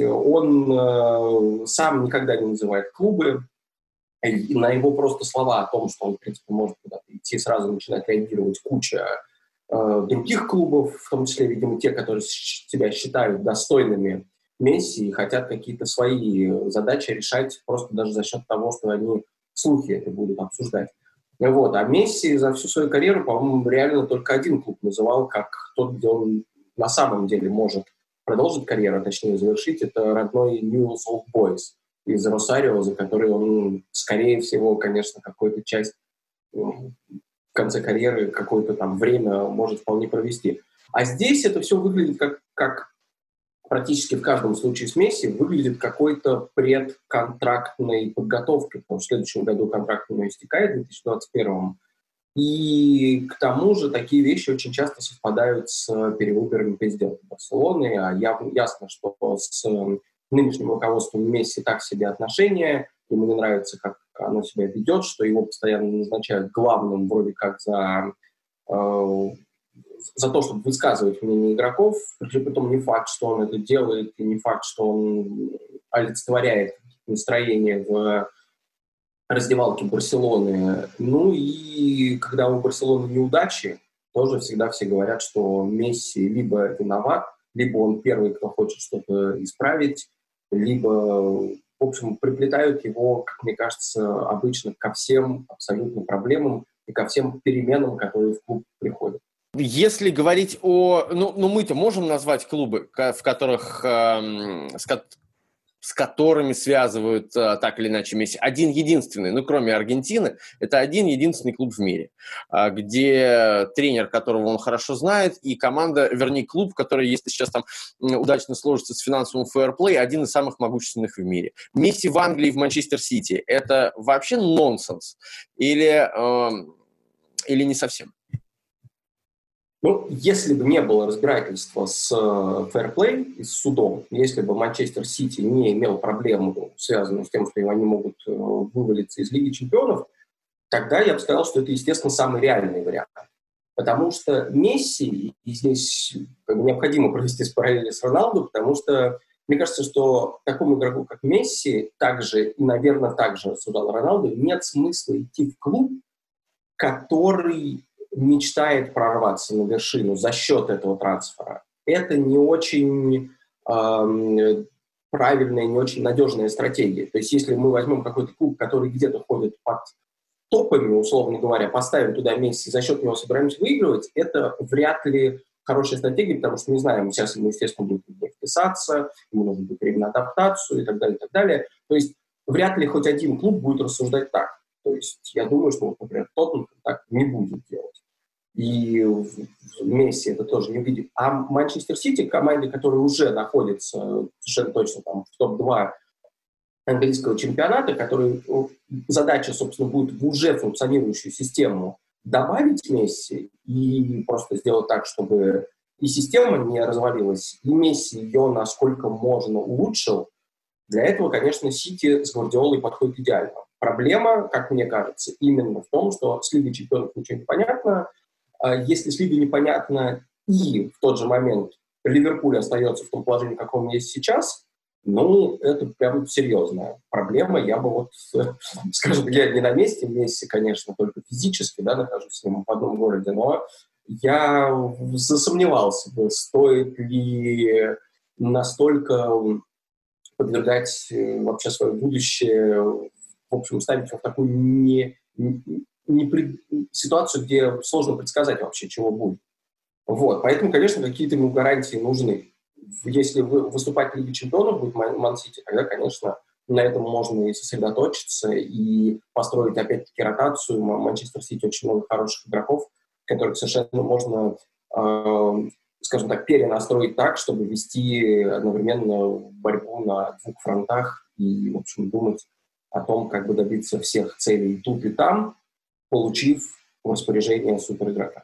он сам никогда не называет клубы, и на его просто слова о том, что он, в принципе, может куда-то идти, сразу начинает реагировать куча других клубов, в том числе, видимо, те, которые себя считают достойными Месси и хотят какие-то свои задачи решать просто даже за счет того, что они слухи это будут обсуждать. А Месси за всю свою карьеру, по-моему, реально только один клуб называл как тот, где он на самом деле может продолжить карьеру, а точнее завершить. Это родной Newell's Old Boys из Росарио, за который он, скорее всего, конечно, какую-то часть в конце карьеры, какое-то там время может вполне провести. А здесь это все выглядит как практически в каждом случае с Месси выглядит какой-то предконтрактной подготовкой, потому что в следующем году контракт у него истекает, в 2021. И к тому же такие вещи очень часто совпадают с перевыборами президента Барселоны. А ясно, что с нынешним руководством Месси так себе отношения, ему не нравится, как оно себя ведет, что его постоянно назначают главным вроде как за то, чтобы высказывать мнение игроков, притом не факт, что он это делает, и не факт, что он олицетворяет настроение в раздевалке Барселоны. И когда у Барселоны неудачи, тоже всегда все говорят, что Месси либо виноват, либо он первый, кто хочет что-то исправить, либо, в общем, приплетают его, как мне кажется, обычно ко всем абсолютно проблемам и ко всем переменам, которые в клуб приходят. Если говорить мы-то можем назвать клубы, в которых, с которыми связывают так или иначе Месси. Один единственный, кроме Аргентины, это один единственный клуб в мире, где тренер, которого он хорошо знает, и команда, вернее, клуб, который, если сейчас там удачно сложится с финансовым фэрплей, один из самых могущественных в мире. Месси в Англии, в Манчестер Сити. Это вообще нонсенс? Или не совсем? Если бы не было разбирательства с фэрплей и с судом, если бы Манчестер Сити не имел проблему, связанную с тем, что они могут вывалиться из Лиги Чемпионов, тогда я бы сказал, что это, естественно, самый реальный вариант. Потому что Месси, и здесь необходимо провести параллели с Роналду, потому что мне кажется, что такому игроку, как Месси, также и, наверное, также рассуждал Роналду, нет смысла идти в клуб, который мечтает прорваться на вершину за счет этого трансфера. Это не очень правильная, не очень надежная стратегия. То есть если мы возьмем какой-то клуб, который где-то ходит под топами, условно говоря, поставим туда Месси, за счет него собираемся выигрывать, это вряд ли хорошая стратегия, потому что, не знаем, сейчас ему, естественно, будет вписаться, ему нужно будет время на адаптацию и так далее, и так далее. То есть вряд ли хоть один клуб будет рассуждать так. То есть я думаю, что, вот, например, Тоттенхэм так не будет делать. И в Месси это тоже не увидит. А Манчестер Сити, команде, которая уже находится совершенно точно там в топ-2 английского чемпионата, который задача, собственно, будет в уже функционирующую систему добавить Месси и просто сделать так, чтобы и система не развалилась, и Месси ее насколько можно улучшил. Для этого, конечно, Сити с Гвардиолой подходит идеально. Проблема, как мне кажется, именно в том, что с Лигой чемпионов ничего не понятно. Если с Лигой непонятно и в тот же момент Ливерпуль остается в том положении, каком он есть сейчас, ну, это прям серьезная проблема. Я бы вот, скажем, я не на месте Месси, конечно, только физически, да, нахожусь с ним в одном городе, но я засомневался бы, стоит ли настолько подвергать вообще свое будущее, в общем, ставить его в такую ситуацию, где сложно предсказать вообще, чего будет. Вот, поэтому, конечно, какие-то ему гарантии нужны. Если выступать в Лиге чемпионов будет Ман-Сити, тогда, конечно, на этом можно и сосредоточиться, и построить, опять-таки, ротацию. Манчестер Сити очень много хороших игроков, которых совершенно можно, скажем так, перенастроить так, чтобы вести одновременно борьбу на двух фронтах и, в общем, думать о том, как бы добиться всех целей и тут, и там, получив в распоряжение суперигрока.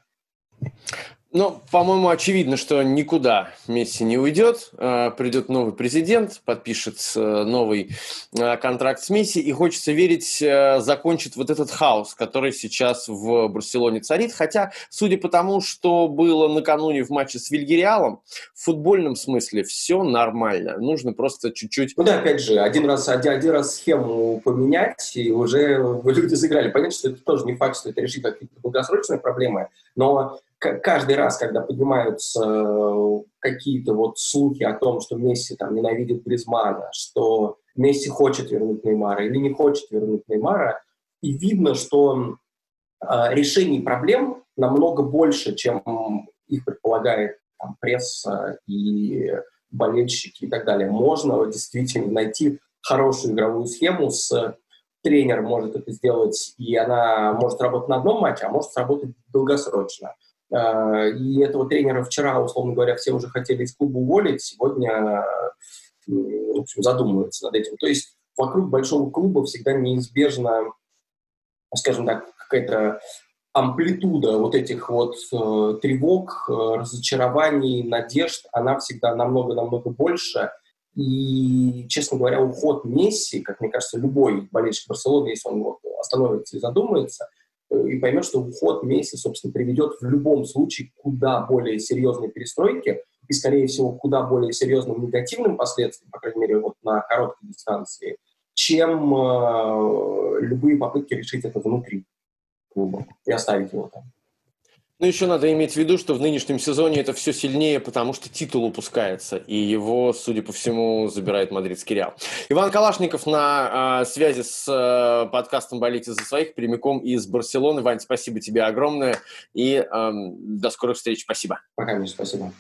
Ну, по-моему, очевидно, что никуда Месси не уйдет. Придет новый президент, подпишет новый контракт с Месси, и хочется верить, закончит вот этот хаос, который сейчас в Барселоне царит. Хотя, судя по тому, что было накануне в матче с Вильяреалом, в футбольном смысле все нормально. Нужно просто чуть-чуть... Ну да, опять же, один раз схему поменять, и уже люди заиграли. Понятно, что это тоже не факт, что это решит какие-то долгосрочные проблемы, но каждый раз, когда поднимаются какие-то вот слухи о том, что Месси там ненавидит Гризмана, что Месси хочет вернуть Неймара или не хочет вернуть Неймара, и видно, что решений проблем намного больше, чем их предполагает там, пресса и болельщики и так далее. Можно действительно найти хорошую игровую схему, тренер может это сделать, и она может работать на одном матче, а может сработать долгосрочно. И этого тренера вчера, условно говоря, все уже хотели из клуба уволить, сегодня, в общем, задумываются над этим. То есть вокруг большого клуба всегда неизбежна, скажем так, какая-то амплитуда вот этих вот тревог, разочарований, надежд, она всегда намного-намного больше. И, честно говоря, уход Месси, как мне кажется, любой болельщик Барселоны, если он вот остановится и задумается, и поймет, что уход Месси, собственно, приведет в любом случае к куда более серьезной перестройке и, скорее всего, куда более серьезным негативным последствиям, по крайней мере, вот на короткой дистанции, чем любые попытки решить это внутри клуба и оставить его там. Ну, еще надо иметь в виду, что в нынешнем сезоне это все сильнее, потому что титул упускается, и его, судя по всему, забирает мадридский Реал. Иван Калашников на связи с подкастом «Болейте за своих» прямиком из Барселоны. Вань, спасибо тебе огромное, и до скорых встреч. Спасибо. Пока, Миша, спасибо.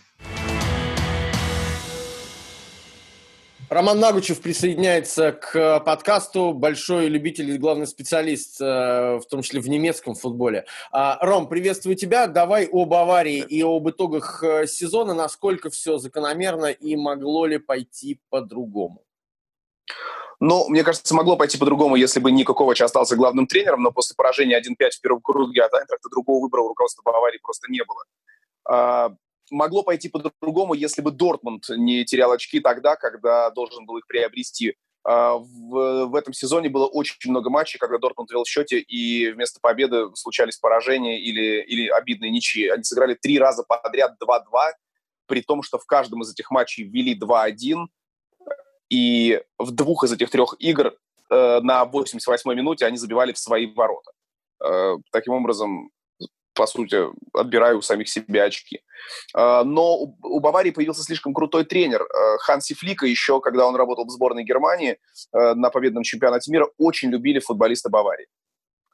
Роман Нагучев присоединяется к подкасту, большой любитель и главный специалист, в том числе в немецком футболе. Ром, приветствую тебя. Давай об аварии и об итогах сезона, насколько все закономерно и могло ли пойти по-другому? Ну, мне кажется, могло пойти по-другому, если бы Нико Ковач остался главным тренером, но после поражения 1-5 в первом круге от Айнтрахта другого выбора у руководства Баварии просто не было. Могло пойти по-другому, если бы Дортмунд не терял очки тогда, когда должен был их приобрести. В этом сезоне было очень много матчей, когда Дортмунд вел в счете, и вместо победы случались поражения или обидные ничьи. Они сыграли 3 раза подряд 2-2, при том, что в каждом из этих матчей ввели 2-1, и в 2 из этих 3 игр на 88-й минуте они забивали в свои ворота. Таким образом, по сути, отбираю у самих себя очки. Но у Баварии появился слишком крутой тренер. Ханси Флика еще, когда он работал в сборной Германии на победном чемпионате мира, очень любили футболисты Баварии.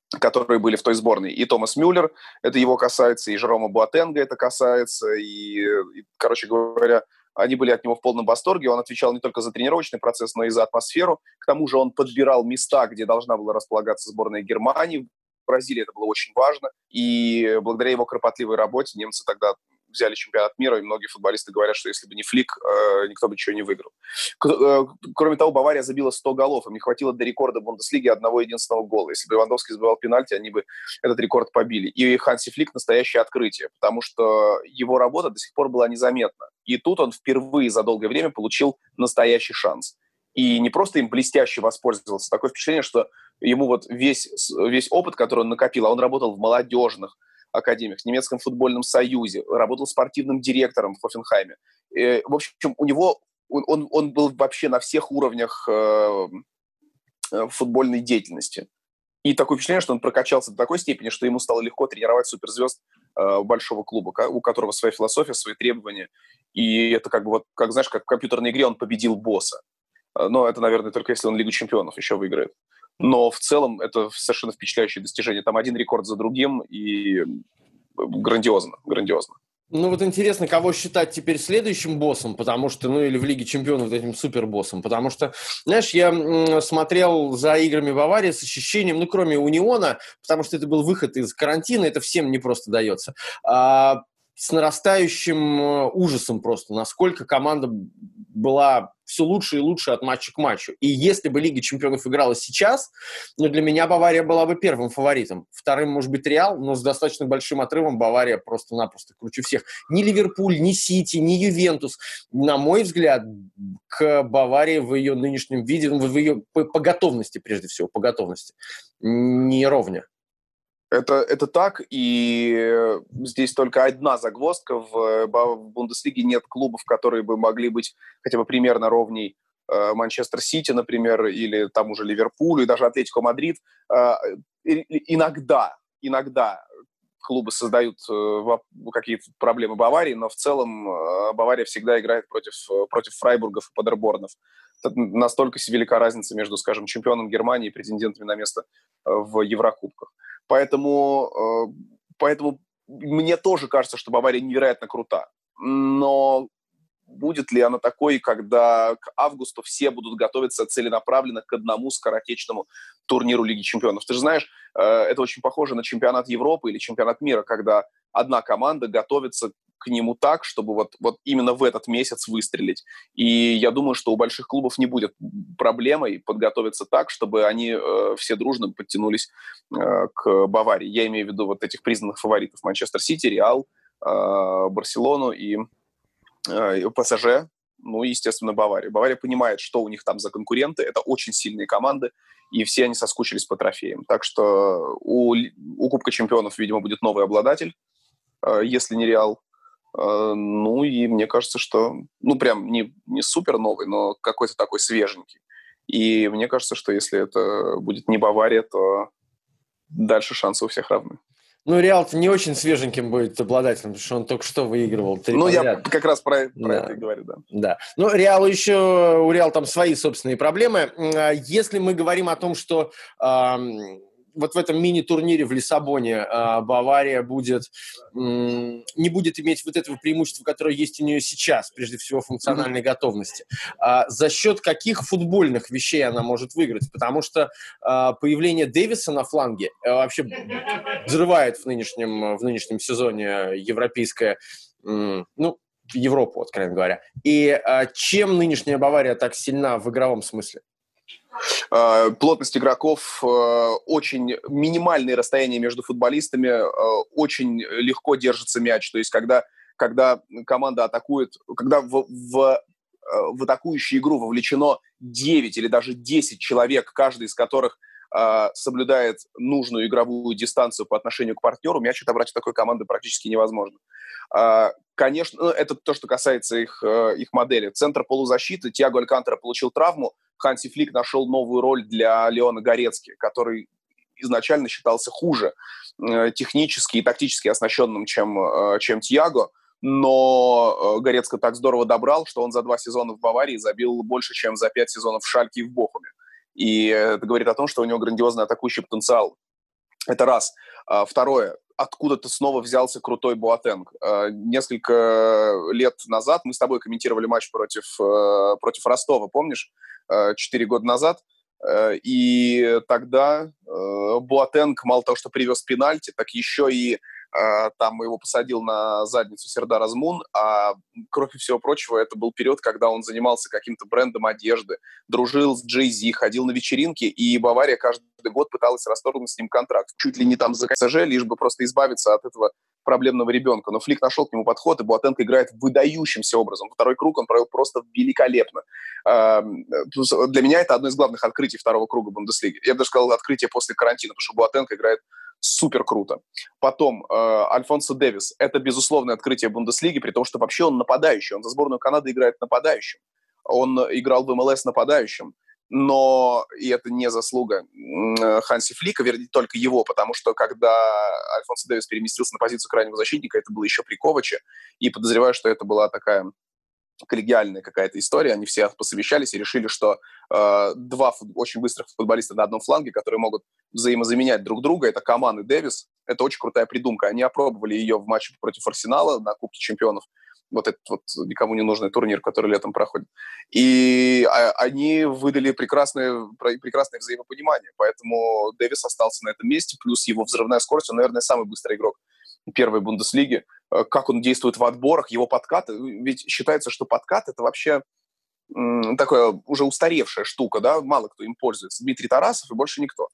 которые были в той сборной. И Томас Мюллер, это его касается, и Жерома Буатенга это касается, короче говоря, они были от него в полном восторге. Он отвечал не только за тренировочный процесс, но и за атмосферу. К тому же он подбирал места, где должна была располагаться сборная Германии. В Бразилии это было очень важно. И благодаря его кропотливой работе немцы тогда взяли чемпионат мира, и многие футболисты говорят, что если бы не Флик, никто бы ничего не выиграл. Кроме того, Бавария забила 100 голов, им не хватило до рекорда Бундеслиги одного единственного гола. Если бы Левандовский забивал пенальти, они бы этот рекорд побили. И Ханси Флик — настоящее открытие, потому что его работа до сих пор была незаметна. И тут он впервые за долгое время получил настоящий шанс. И не просто им блестяще воспользовался. Такое впечатление, что ему вот весь опыт, который он накопил, а он работал в молодежных академиях, в немецком футбольном союзе, работал спортивным директором в Хофенхайме. В общем, у него он был вообще на всех уровнях футбольной деятельности. И такое впечатление, что он прокачался до такой степени, что ему стало легко тренировать суперзвезд большого клуба, у которого своя философия, свои требования. И это как бы вот, как знаешь, как в компьютерной игре он победил босса. Но это, наверное, только если он Лигу чемпионов еще выиграет. Но в целом это совершенно впечатляющее достижение. Там один рекорд за другим, и грандиозно. Ну вот интересно, кого считать теперь следующим боссом, потому что, или в Лиге чемпионов этим супербоссом, потому что, знаешь, я смотрел за играми Баварии с ощущением, кроме Униона, потому что это был выход из карантина, это всем не просто дается, с нарастающим ужасом просто, насколько команда была все лучше и лучше от матча к матчу. И если бы Лига чемпионов играла сейчас, для меня Бавария была бы первым фаворитом. Вторым, может быть, Реал, но с достаточно большим отрывом Бавария просто-напросто круче всех. Ни Ливерпуль, ни Сити, ни Ювентус, на мой взгляд, к Баварии в ее нынешнем виде, в ее по готовности, прежде всего, по готовности, не ровня. Это так, и здесь только одна загвоздка. В Бундеслиге нет клубов, которые бы могли быть хотя бы примерно ровней Манчестер Сити, например, или тому же Ливерпулю, и даже Атлетико Мадрид. Иногда клубы создают какие-то проблемы Баварии, но в целом Бавария всегда играет против Фрайбургов и Падерборнов. Настолько велика разница между, скажем, чемпионом Германии и претендентами на место в Еврокубках. Поэтому мне тоже кажется, что Бавария невероятно крута. Но будет ли она такой, когда к августу все будут готовиться целенаправленно к одному скоротечному турниру Лиги чемпионов? Ты же знаешь, это очень похоже на чемпионат Европы или чемпионат мира, когда одна команда готовится к нему так, чтобы вот именно в этот месяц выстрелить. И я думаю, что у больших клубов не будет проблемой подготовиться так, чтобы они все дружно подтянулись к Баварии. Я имею в виду вот этих признанных фаворитов: Манчестер Сити, Реал, Барселону и ПСЖ, и, естественно, Бавария. Бавария понимает, что у них там за конкуренты. Это очень сильные команды, и все они соскучились по трофеям. Так что у Кубка чемпионов, видимо, будет новый обладатель, если не Реал. И мне кажется, что, прям не супер новый, но какой-то такой свеженький. И мне кажется, что если это будет не Бавария, то дальше шансы у всех равны. Реал-то не очень свеженьким будет обладателем, потому что он только что выигрывал 3 подряд. Я как раз про это и говорю, да. Да. У Реала там свои собственные проблемы. Если мы говорим о том, что вот в этом мини-турнире в Лиссабоне Бавария не будет иметь вот этого преимущества, которое есть у нее сейчас, прежде всего функциональной готовности. За счет каких футбольных вещей она может выиграть? Потому что появление Дэвиса на фланге вообще взрывает в нынешнем сезоне европейское, Европу, откровенно говоря. И чем нынешняя Бавария так сильна в игровом смысле? Плотность игроков, очень минимальные расстояния между футболистами, очень легко держится мяч. То есть, когда команда атакует, когда в атакующую игру вовлечено 9 или даже 10 человек, каждый из которых соблюдает нужную игровую дистанцию по отношению к партнеру, мяч отобрать у такой команды практически невозможно. Конечно, это то, что касается их модели. Центр полузащиты. Тиаго Алькантара получил травму. Ханси Флик нашел новую роль для Леона Горецки, который изначально считался хуже технически и тактически оснащенным, чем Тиаго. Но Горецко так здорово добрал, что он за 2 сезона в Баварии забил больше, чем за 5 сезонов в Шальке и в Бохуме. И это говорит о том, что у него грандиозный атакующий потенциал. Это раз. Второе. Откуда-то снова взялся крутой Боатенг. Несколько лет назад мы с тобой комментировали матч против Ростова, помнишь? 4 года назад. И тогда Боатенг мало того, что привез пенальти, так еще и там его посадил на задницу Сердар Азмун, а кроме всего прочего, это был период, когда он занимался каким-то брендом одежды, дружил с Jay-Z, ходил на вечеринки, и Бавария каждый год пыталась расторгнуть с ним контракт. Чуть ли не там за КСЖ, лишь бы просто избавиться от этого проблемного ребенка. Но Флик нашел к нему подход, и Боатенг играет выдающимся образом. Второй круг он провел просто великолепно. Для меня это одно из главных открытий второго круга Бундеслиги. Я бы даже сказал, открытие после карантина, потому что Боатенг играет супер круто. Потом Альфонсо Дэвис. Это безусловное открытие Бундеслиги, при том, что вообще он нападающий. Он за сборную Канады играет нападающим. Он играл в МЛС нападающим. Но, и это не заслуга Ханси Флика, вернее, только его, потому что когда Альфонсо Дэвис переместился на позицию крайнего защитника, это было еще при Коваче, и подозреваю, что это была такая коллегиальная какая-то история. Они все посовещались и решили, что два очень быстрых футболиста на одном фланге, которые могут взаимозаменять друг друга, это Коман и Дэвис. Это очень крутая придумка. Они опробовали ее в матче против Арсенала на Кубке чемпионов. Вот этот вот никому не нужный турнир, который летом проходит. И они выдали прекрасное взаимопонимание. Поэтому Дэвис остался на этом месте, плюс его взрывная скорость. Он, наверное, самый быстрый игрок первой Бундеслиги. Как он действует в отборах, его подкаты. Ведь считается, что подкат — это вообще такая уже устаревшая штука, да? Мало кто им пользуется. Дмитрий Тарасов и больше никто.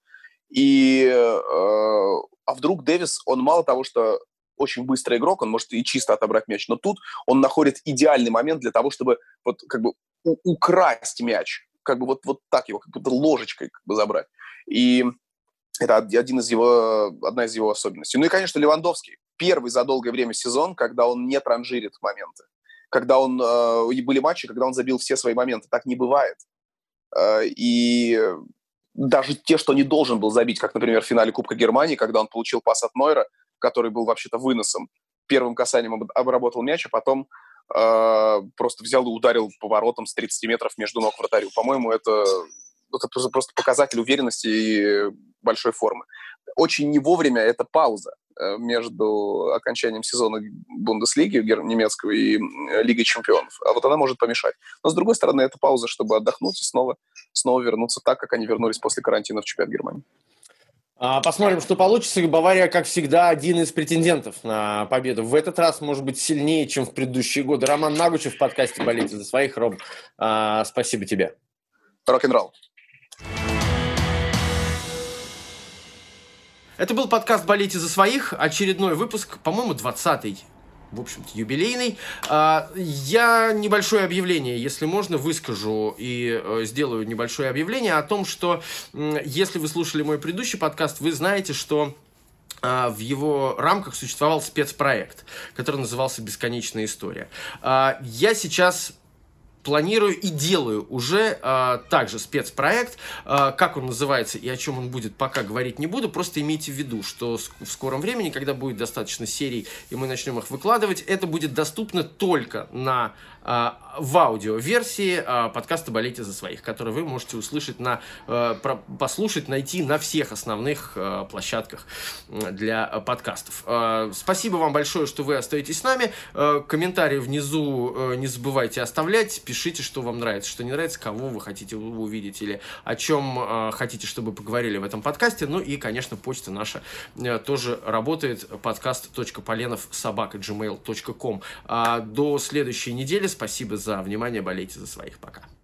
А вдруг Дэвис, он мало того, что очень быстрый игрок, он может и чисто отобрать мяч, но тут он находит идеальный момент для того, чтобы вот как бы украсть мяч, как бы вот так его, как будто ложечкой как бы забрать. И это одна из его особенностей. Ну и, конечно, Левандовский. Первый за долгое время сезон, когда он не транжирит моменты. Когда были матчи, когда он забил все свои моменты. Так не бывает. И даже те, что не должен был забить, как, например, в финале Кубка Германии, когда он получил пас от Нойера, который был вообще-то выносом. Первым касанием обработал мяч, а потом просто взял и ударил поворотом с 30 метров между ног вратарю. По-моему, это просто показатель уверенности и большой формы. Очень не вовремя эта пауза между окончанием сезона Бундеслиги немецкого и Лигой чемпионов. А вот она может помешать. Но, с другой стороны, это пауза, чтобы отдохнуть и снова вернуться так, как они вернулись после карантина в чемпионат Германии. Посмотрим, что получится. Бавария, как всегда, один из претендентов на победу. В этот раз, может быть, сильнее, чем в предыдущие годы. Роман Нагучев в подкасте «Болейте за своих». Ром, спасибо тебе. Рок-н-ролл. Это был подкаст «Болейте за своих». Очередной выпуск, по-моему, 20-й. В общем-то, юбилейный. Я небольшое объявление, если можно, выскажу и сделаю небольшое объявление о том, что если вы слушали мой предыдущий подкаст, вы знаете, что в его рамках существовал спецпроект, который назывался «Бесконечная история». Я сейчас планирую и делаю уже также спецпроект. Как он называется и о чем он будет, пока говорить не буду. Просто имейте в виду, что в скором времени, когда будет достаточно серий и мы начнем их выкладывать, это будет доступно только в аудиоверсии подкаста «Болейте за своих», который вы можете услышать, послушать, найти на всех основных площадках для подкастов. Спасибо вам большое, что вы остаетесь с нами. Комментарии внизу не забывайте оставлять. Пишите, что вам нравится, что не нравится, кого вы хотите увидеть или о чем хотите, чтобы поговорили в этом подкасте. Ну и, конечно, почта наша тоже работает. podcast.polenov@gmail.com. До следующей недели. Спасибо за внимание. Болейте за своих. Пока.